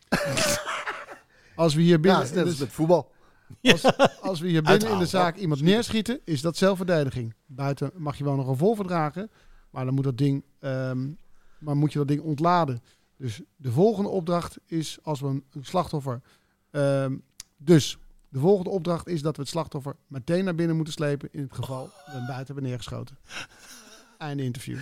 [SPEAKER 6] Als we hier binnen...
[SPEAKER 4] Ja, net als met voetbal.
[SPEAKER 6] Als we hier binnen in de zaak iemand neerschieten, is dat zelfverdediging. Buiten mag je wel een revolver dragen, maar dan moet dat ding, moet je dat ding ontladen. Dus de volgende opdracht is als we een slachtoffer... Dus de volgende opdracht is dat we het slachtoffer meteen naar binnen moeten slepen in het geval we hem buiten hebben neergeschoten. Einde interview.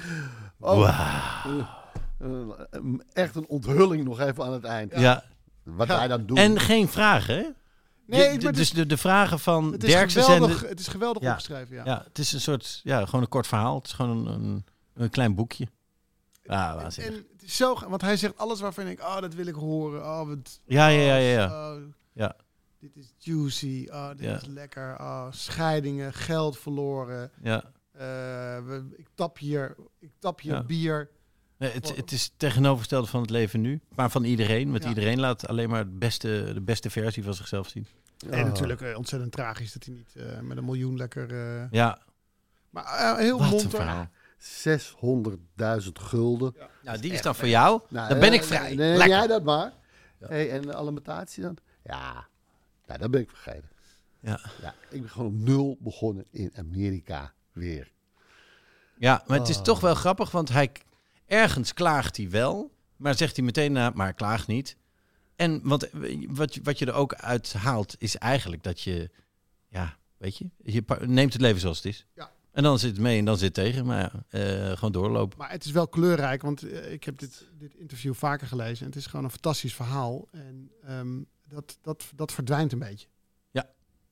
[SPEAKER 4] Echt een onthulling nog even aan het eind.
[SPEAKER 5] Ja.
[SPEAKER 4] Wat wij dan doen.
[SPEAKER 5] En geen vragen, hè? Dus de vragen van Derksen zijn...
[SPEAKER 6] Het is geweldig opgeschreven, ja.
[SPEAKER 5] Ja, het is een soort... Ja, gewoon een kort verhaal. Het is gewoon een klein boekje. Ja, waanzinnig.
[SPEAKER 6] En het is zo... Want hij zegt alles waarvan ik... Oh, dat wil ik horen.
[SPEAKER 5] Ja.
[SPEAKER 6] Ja. Dit is juicy. Dit is lekker. Scheidingen, geld verloren.
[SPEAKER 5] Ja.
[SPEAKER 6] Ik tap hier bier.
[SPEAKER 5] Nee, het is het tegenovergestelde van het leven nu. Maar van iedereen. Want iedereen laat alleen maar de beste versie van zichzelf zien.
[SPEAKER 6] En natuurlijk ontzettend tragisch dat hij niet met $1 miljoen lekker...
[SPEAKER 5] Ja.
[SPEAKER 6] Maar heel
[SPEAKER 5] Wat
[SPEAKER 6] monter.
[SPEAKER 5] een verhaal.
[SPEAKER 4] €600.000 gulden.
[SPEAKER 5] Ja. Nou, die is dan voor jou.
[SPEAKER 4] Nou,
[SPEAKER 5] dan ben ik vrij.
[SPEAKER 4] Nee,
[SPEAKER 5] Lekker.
[SPEAKER 4] jij dat maar. Ja. Hey, en de alimentatie dan? Ja, nou, dat ben ik vergeten.
[SPEAKER 5] Ja.
[SPEAKER 4] Ja, ik ben gewoon op 0 begonnen in Amerika weer.
[SPEAKER 5] Ja, maar het is toch wel grappig, want ergens klaagt hij wel, maar zegt hij meteen maar klaag niet. En wat je er ook uit haalt, is eigenlijk dat je, weet je neemt het leven zoals het is.
[SPEAKER 6] Ja.
[SPEAKER 5] En dan zit het mee en dan zit het tegen, maar gewoon doorlopen.
[SPEAKER 6] Maar het is wel kleurrijk, want ik heb dit interview vaker gelezen. En het is gewoon een fantastisch verhaal. En dat verdwijnt een beetje.
[SPEAKER 5] Ja.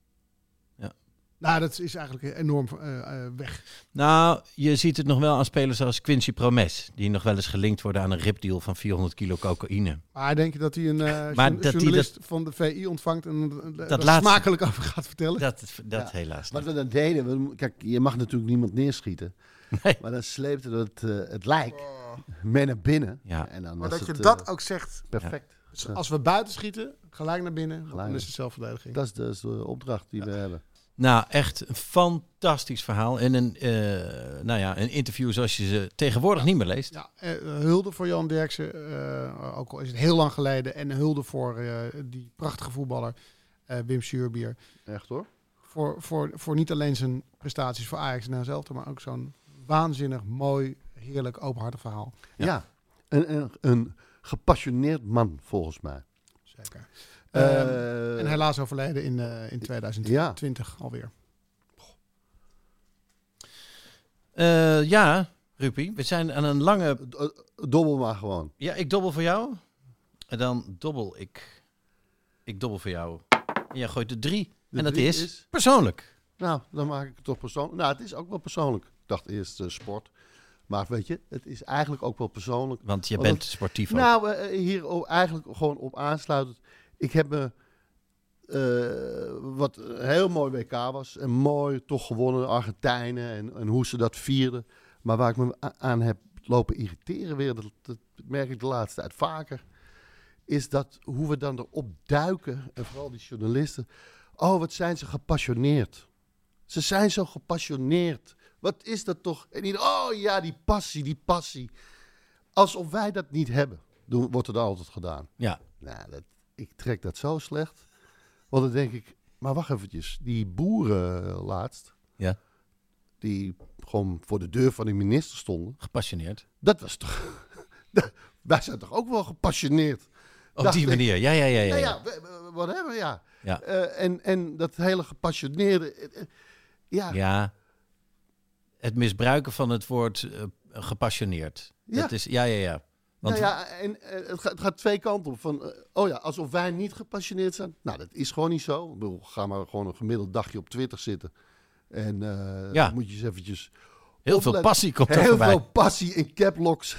[SPEAKER 6] Nou, dat is eigenlijk enorm weg.
[SPEAKER 5] Nou, je ziet het nog wel aan spelers als Quincy Promes, die nog wel eens gelinkt worden aan een ripdeal van 400 kilo cocaïne.
[SPEAKER 6] Maar denk je dat hij een journalist van de VI ontvangt en dat smakelijk over gaat vertellen?
[SPEAKER 5] Dat helaas
[SPEAKER 4] Wat
[SPEAKER 5] niet.
[SPEAKER 4] we dan deden, kijk, je mag natuurlijk niemand neerschieten.
[SPEAKER 5] Nee.
[SPEAKER 4] Maar dan sleepte het lijk mee naar binnen.
[SPEAKER 5] Ja.
[SPEAKER 4] En dan
[SPEAKER 6] Maar
[SPEAKER 4] was
[SPEAKER 6] dat je
[SPEAKER 4] het,
[SPEAKER 6] dat ook zegt.
[SPEAKER 4] perfect.
[SPEAKER 6] Dus als we buiten schieten, gelijk naar binnen, dan
[SPEAKER 4] Gelijk.
[SPEAKER 6] is het zelfverdediging.
[SPEAKER 4] Dat is de opdracht die we hebben.
[SPEAKER 5] Nou, echt een fantastisch verhaal. En een interview zoals je ze tegenwoordig niet meer leest.
[SPEAKER 6] Ja, hulde voor Johan Derksen, ook al is het heel lang geleden. En hulde voor die prachtige voetballer Wim Suurbier.
[SPEAKER 4] Echt hoor.
[SPEAKER 6] Voor niet alleen zijn prestaties voor Ajax en zelf, maar ook zo'n waanzinnig, mooi, heerlijk, openhartig verhaal.
[SPEAKER 4] Ja, een gepassioneerd man volgens mij.
[SPEAKER 6] Zeker. En helaas overleden in 2020 alweer.
[SPEAKER 5] Rupi, we zijn aan een lange...
[SPEAKER 4] Dobbel maar gewoon.
[SPEAKER 5] Ja, ik dobbel voor jou. En dan dobbel ik. Ik dobbel voor jou. En jij gooit de 3. En dat
[SPEAKER 4] 3
[SPEAKER 5] is persoonlijk.
[SPEAKER 4] Nou, dan maak ik het toch persoonlijk. Nou, het is ook wel persoonlijk. Ik dacht eerst sport. Maar weet je, het is eigenlijk ook wel persoonlijk.
[SPEAKER 5] Want je bent sportief ook.
[SPEAKER 4] Nou, hier eigenlijk gewoon op aansluitend. Ik heb me, wat een heel mooi WK was. En mooi toch gewonnen, Argentijnen en hoe ze dat vierden. Maar waar ik me aan heb lopen irriteren weer, dat merk ik de laatste tijd vaker. Is dat hoe we dan erop duiken. En vooral die journalisten. Oh, wat zijn ze gepassioneerd. Ze zijn zo gepassioneerd. Wat is dat toch? En oh ja, die passie. Alsof wij dat niet hebben. Wordt er altijd gedaan.
[SPEAKER 5] Ja.
[SPEAKER 4] Nou, ik trek dat zo slecht. Want dan denk ik, maar wacht eventjes. Die boeren laatst,
[SPEAKER 5] Ja.
[SPEAKER 4] die gewoon voor de deur van de minister stonden.
[SPEAKER 5] Gepassioneerd.
[SPEAKER 4] Dat was toch... wij zijn toch ook wel gepassioneerd?
[SPEAKER 5] Op die manier. Ja.
[SPEAKER 4] Whatever, ja.
[SPEAKER 5] Ja.
[SPEAKER 4] En dat hele gepassioneerde...
[SPEAKER 5] Ja. Het misbruiken van het woord gepassioneerd.
[SPEAKER 4] Ja.
[SPEAKER 5] Dat is, ja. Want
[SPEAKER 4] en het gaat twee kanten op. Van, alsof wij niet gepassioneerd zijn. Nou, dat is gewoon niet zo. Ik bedoel, ga maar gewoon een gemiddeld dagje op Twitter zitten. En dan moet je eens eventjes...
[SPEAKER 5] heel veel passie komt er
[SPEAKER 4] heel
[SPEAKER 5] voorbij.
[SPEAKER 4] Heel veel passie in caplocks.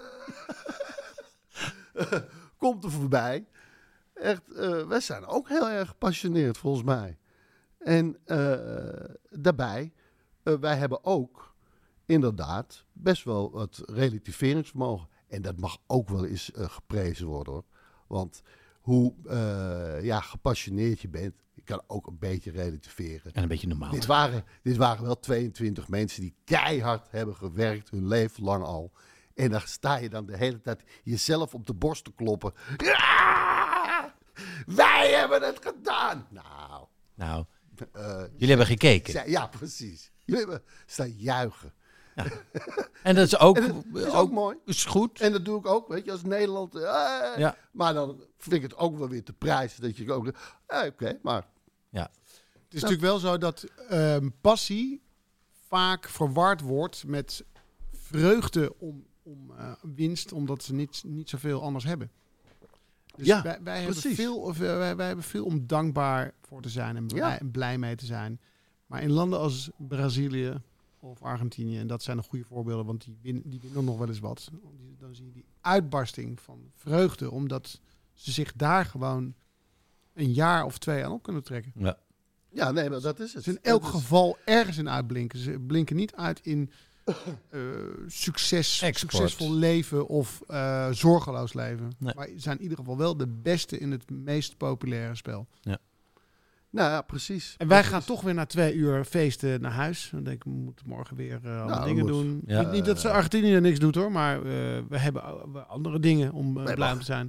[SPEAKER 4] Komt er voorbij. Echt, wij zijn ook heel erg gepassioneerd, volgens mij. En daarbij, wij hebben ook inderdaad best wel wat relativeringsvermogen. En dat mag ook wel eens geprezen worden, hoor. Want hoe gepassioneerd je bent, je kan ook een beetje relativeren.
[SPEAKER 5] En een beetje normaal.
[SPEAKER 4] Dit waren wel 22 mensen die keihard hebben gewerkt, hun leven lang al. En dan sta je dan de hele tijd jezelf op de borst te kloppen. Ja! Wij hebben het gedaan!
[SPEAKER 5] Nou, jullie hebben gekeken.
[SPEAKER 4] Ja, precies. Jullie hebben staan juichen.
[SPEAKER 5] Ja. En dat is ook,
[SPEAKER 4] is ook mooi.
[SPEAKER 5] Is goed.
[SPEAKER 4] En dat doe ik ook, weet je, als Nederland.
[SPEAKER 5] Ja.
[SPEAKER 4] Maar dan vind ik het ook wel weer te prijzen dat je ook... Oké, maar...
[SPEAKER 5] Ja.
[SPEAKER 6] Het is natuurlijk wel zo dat passie vaak verward wordt met vreugde om winst, omdat ze niet zoveel anders hebben. Dus
[SPEAKER 4] Ja,
[SPEAKER 6] wij hebben veel om dankbaar voor te zijn en blij mee te zijn. Maar in landen als Brazilië of Argentinië, en dat zijn de goede voorbeelden, want die winnen nog wel eens wat. Dan zie je die uitbarsting van vreugde, omdat ze zich daar gewoon een jaar of 2 aan op kunnen trekken.
[SPEAKER 5] Ja.
[SPEAKER 4] Ja, nee, maar dat is het.
[SPEAKER 6] Ze in elk geval ergens in uitblinken. Ze blinken niet uit in succesvol leven of zorgeloos leven.
[SPEAKER 5] Nee.
[SPEAKER 6] Maar ze zijn in ieder geval wel de beste in het meest populaire spel.
[SPEAKER 5] Ja.
[SPEAKER 4] Nou ja, precies.
[SPEAKER 6] En wij gaan toch weer na 2 uur feesten naar huis. Dan denk ik, we moeten morgen weer dingen doen.
[SPEAKER 5] Ja.
[SPEAKER 6] Niet dat ze Argentinië niks doet hoor, maar we hebben andere dingen om blij om te zijn.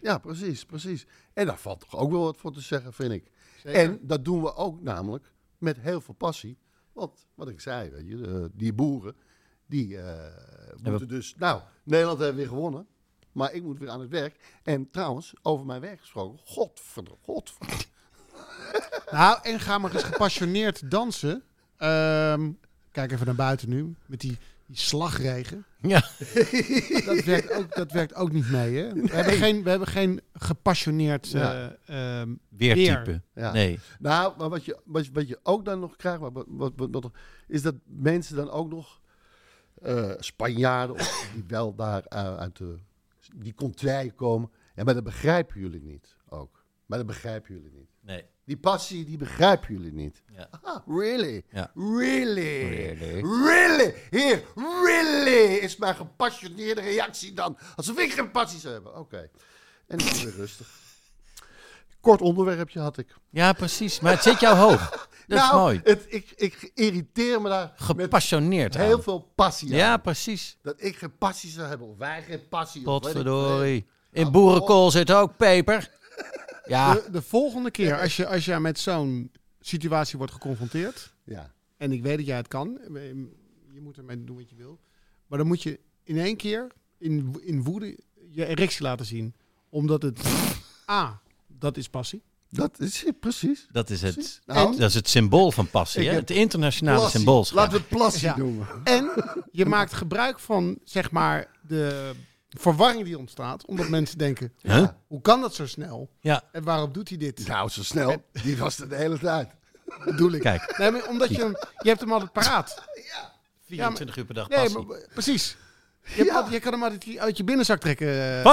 [SPEAKER 4] Ja, precies. En daar valt toch ook wel wat voor te zeggen, vind ik.
[SPEAKER 6] Zeker.
[SPEAKER 4] En dat doen we ook namelijk met heel veel passie. Want, wat ik zei, weet je, die boeren, die moeten dus... Nou, Nederland heeft weer gewonnen. Maar ik moet weer aan het werk. En trouwens, over mijn werk gesproken. Godverdomme.
[SPEAKER 6] Nou, en ga maar eens gepassioneerd dansen. Kijk even naar buiten nu, met die slagregen.
[SPEAKER 5] Ja.
[SPEAKER 6] Dat werkt ook niet mee, hè? We hebben geen gepassioneerd
[SPEAKER 5] Weertype.
[SPEAKER 4] Ja.
[SPEAKER 5] Nee.
[SPEAKER 4] Nou, maar wat je ook dan nog krijgt, is dat mensen dan ook nog Spanjaarden, die wel daar uit die contraien komen. Ja, maar dat begrijpen jullie niet ook.
[SPEAKER 5] Nee.
[SPEAKER 4] Die passie, die begrijpen jullie niet.
[SPEAKER 5] Ja.
[SPEAKER 4] Ah, really?
[SPEAKER 5] Ja.
[SPEAKER 4] Really? Hier, really is mijn gepassioneerde reactie dan. Alsof ik geen passie zou hebben. Oké. En ik ben weer rustig. Kort onderwerpje had ik.
[SPEAKER 5] Ja, precies. Maar het zit jou hoog. Dat is mooi.
[SPEAKER 4] Ik irriteer me daar
[SPEAKER 5] Gepassioneerd
[SPEAKER 4] met
[SPEAKER 5] aan.
[SPEAKER 4] heel veel passie aan.
[SPEAKER 5] Ja, precies.
[SPEAKER 4] Dat ik geen passie zou hebben, of wij geen passie. of weet ik
[SPEAKER 5] Potverdorie.
[SPEAKER 4] veel.
[SPEAKER 5] In boerenkool zit ook peper. Ja.
[SPEAKER 6] De volgende keer, als je met zo'n situatie wordt geconfronteerd...
[SPEAKER 4] Ja.
[SPEAKER 6] En ik weet dat jij het kan. Je moet ermee doen wat je wil. Maar dan moet je in één keer in woede je erectie laten zien. Omdat het... dat is passie.
[SPEAKER 4] Dat is het, precies.
[SPEAKER 5] Dat is het,
[SPEAKER 4] Nou,
[SPEAKER 5] dat is het symbool van passie. Hè? Het internationale
[SPEAKER 4] Plassie.
[SPEAKER 5] symbool.
[SPEAKER 4] Laten we het plassie
[SPEAKER 6] Ja.
[SPEAKER 4] noemen.
[SPEAKER 6] En je maakt gebruik van, zeg maar, de verwarring die ontstaat. Omdat mensen denken,
[SPEAKER 5] Huh?
[SPEAKER 6] hoe kan dat zo snel?
[SPEAKER 5] Ja,
[SPEAKER 6] En waarom doet hij dit?
[SPEAKER 4] Nou, zo snel. Die was er de hele tijd.
[SPEAKER 6] Bedoel ik.
[SPEAKER 5] kijk.
[SPEAKER 6] Nee, maar omdat je hebt hem altijd paraat.
[SPEAKER 5] 24 uur per dag
[SPEAKER 6] Nee,
[SPEAKER 5] passie.
[SPEAKER 6] maar, precies. Je kan hem uit je binnenzak trekken.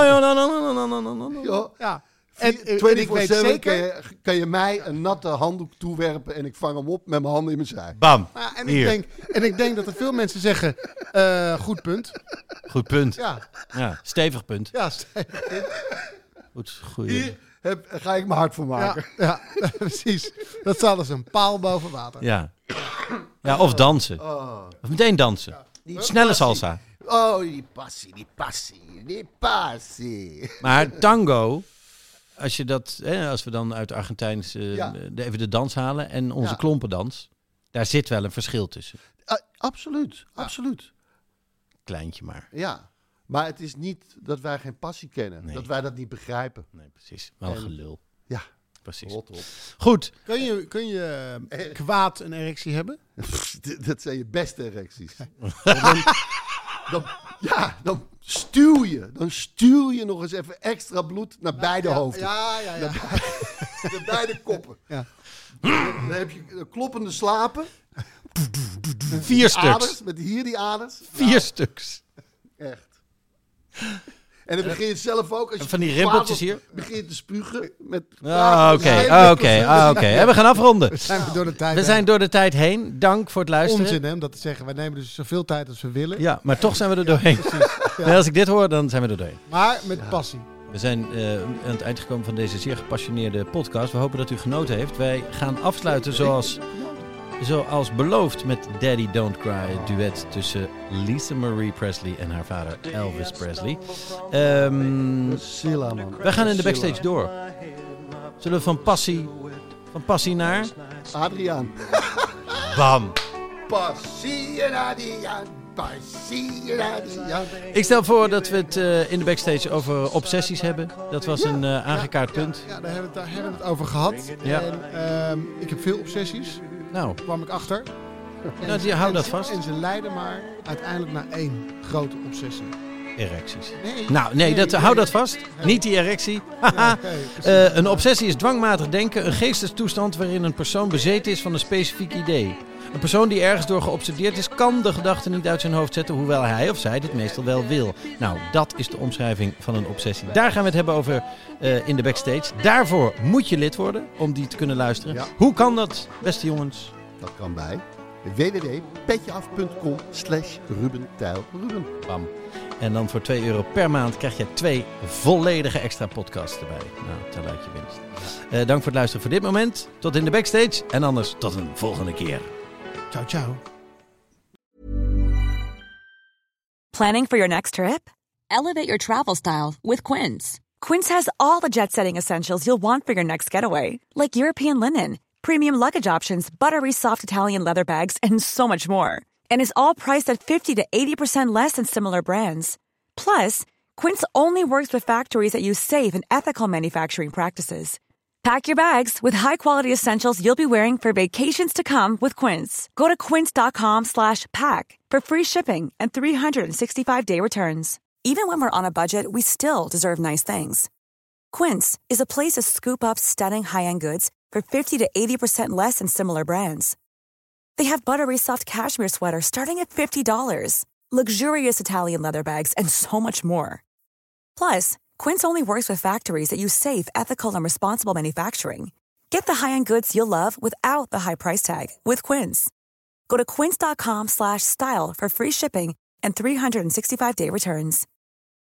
[SPEAKER 4] Ja.
[SPEAKER 6] Ja. En ik weet
[SPEAKER 4] 24/7
[SPEAKER 6] zeker...
[SPEAKER 4] kan je mij een natte handdoek toewerpen en ik vang hem op met mijn handen in mijn zij.
[SPEAKER 5] Bam.
[SPEAKER 6] Ja,
[SPEAKER 5] Hier.
[SPEAKER 6] ik denk dat er veel mensen zeggen, goed punt.
[SPEAKER 5] Goed punt.
[SPEAKER 6] Ja,
[SPEAKER 5] Ja, stevig punt.
[SPEAKER 6] ja,
[SPEAKER 5] Goed, goeie.
[SPEAKER 4] Hier ga ik mijn hart voor maken.
[SPEAKER 6] ja, precies. Dat staat als een paal boven water.
[SPEAKER 5] Ja. Ja, of dansen. Of meteen dansen. Snelle salsa.
[SPEAKER 4] Oh, die passie.
[SPEAKER 5] Maar tango, als we dan uit Argentijns
[SPEAKER 4] Ja.
[SPEAKER 5] even de dans halen en onze klompendans, daar zit wel een verschil tussen.
[SPEAKER 4] Absoluut.
[SPEAKER 5] Kleintje maar.
[SPEAKER 4] Ja. Maar het is niet dat wij geen passie kennen.
[SPEAKER 5] Nee.
[SPEAKER 4] Dat wij dat niet begrijpen.
[SPEAKER 5] Nee, precies. Wel
[SPEAKER 4] En-
[SPEAKER 5] gelul.
[SPEAKER 4] Ja,
[SPEAKER 5] Precies.
[SPEAKER 4] rot op.
[SPEAKER 5] Goed.
[SPEAKER 6] Kun je kwaad een erectie hebben?
[SPEAKER 4] Dat zijn je beste erecties. Dan stuw je nog eens even extra bloed naar beide hoofden.
[SPEAKER 6] Ja.
[SPEAKER 4] Naar beide koppen.
[SPEAKER 6] Ja.
[SPEAKER 4] Dan heb je kloppende slapen.
[SPEAKER 5] 4 stuks.
[SPEAKER 4] Aders, met hier die aders.
[SPEAKER 5] 4 stuks.
[SPEAKER 4] Echt. En dan begin je zelf ook. Als je
[SPEAKER 5] Van die
[SPEAKER 4] kwaad
[SPEAKER 5] rimpeltjes
[SPEAKER 4] wordt,
[SPEAKER 5] hier?
[SPEAKER 4] begin je te spugen. Met
[SPEAKER 5] Oké. En we gaan afronden.
[SPEAKER 6] Zijn we door de tijd
[SPEAKER 5] We zijn door de tijd heen. Dank voor het luisteren.
[SPEAKER 6] onzin hè, om dat te zeggen. Wij nemen dus zoveel tijd als we willen.
[SPEAKER 5] Ja, maar toch zijn we er doorheen. En als ik dit hoor, dan zijn we er doorheen.
[SPEAKER 6] Maar met passie.
[SPEAKER 5] We zijn aan het eind gekomen van deze zeer gepassioneerde podcast. We hopen dat u genoten heeft. Wij gaan afsluiten zoals beloofd met Daddy Don't Cry. Het duet tussen Lisa Marie Presley en haar vader Elvis Presley.
[SPEAKER 4] Silla, man.
[SPEAKER 5] Wij gaan in de backstage door. Zullen we van passie naar...
[SPEAKER 4] Adriaan.
[SPEAKER 5] Bam!
[SPEAKER 4] Passie en Adriaan. Passie en Adriaan.
[SPEAKER 5] Ik stel voor dat we het in de backstage over obsessies hebben. Dat was een aangekaart punt.
[SPEAKER 6] Ja, daar hebben we het over gehad.
[SPEAKER 5] Ja.
[SPEAKER 6] En ik heb veel obsessies.
[SPEAKER 5] Nou,
[SPEAKER 6] Kwam ik achter.
[SPEAKER 5] hou dat vast.
[SPEAKER 6] En ze leiden maar uiteindelijk naar één grote obsessie.
[SPEAKER 5] Erecties.
[SPEAKER 6] Nee.
[SPEAKER 5] Hou dat vast. Niet die erectie. Haha. Een obsessie is dwangmatig denken, een geestestoestand waarin een persoon bezeten is van een specifiek idee. Een persoon die ergens door geobsedeerd is, kan de gedachte niet uit zijn hoofd zetten, hoewel hij of zij dit meestal wel wil. Nou, dat is de omschrijving van een obsessie. Daar gaan we het hebben over in de backstage. Daarvoor moet je lid worden, om die te kunnen luisteren.
[SPEAKER 4] Ja.
[SPEAKER 5] Hoe kan dat, beste jongens?
[SPEAKER 4] Dat kan bij www.petjeaf.com/Ruben Tijl Ruben.
[SPEAKER 5] Bam. En dan voor €2 per maand krijg je 2 volledige extra podcasts erbij. Nou, tel uit je winst. Dank voor het luisteren voor dit moment. Tot in de backstage. En anders tot een volgende keer.
[SPEAKER 6] Ciao, ciao.
[SPEAKER 1] Planning for your next trip?
[SPEAKER 7] Elevate your travel style with Quince.
[SPEAKER 1] Quince has all the jet-setting essentials you'll want for your next getaway, like European linen, premium luggage options, buttery soft Italian leather bags, and so much more. And is all priced at 50 to 80% less than similar brands. Plus, Quince only works with factories that use safe and ethical manufacturing practices. Pack your bags with high-quality essentials you'll be wearing for vacations to come with Quince. Go to quince.com/pack for free shipping and 365-day returns. Even when we're on a budget, we still deserve nice things. Quince is a place to scoop up stunning high-end goods for 50 to 80% less than similar brands. They have buttery soft cashmere sweaters starting at $50, luxurious Italian leather bags, and so much more. Plus, Quince only works with factories that use safe, ethical, and responsible manufacturing. Get the high-end goods you'll love without the high price tag with Quince. Go to quince.com/style for free shipping and 365-day returns.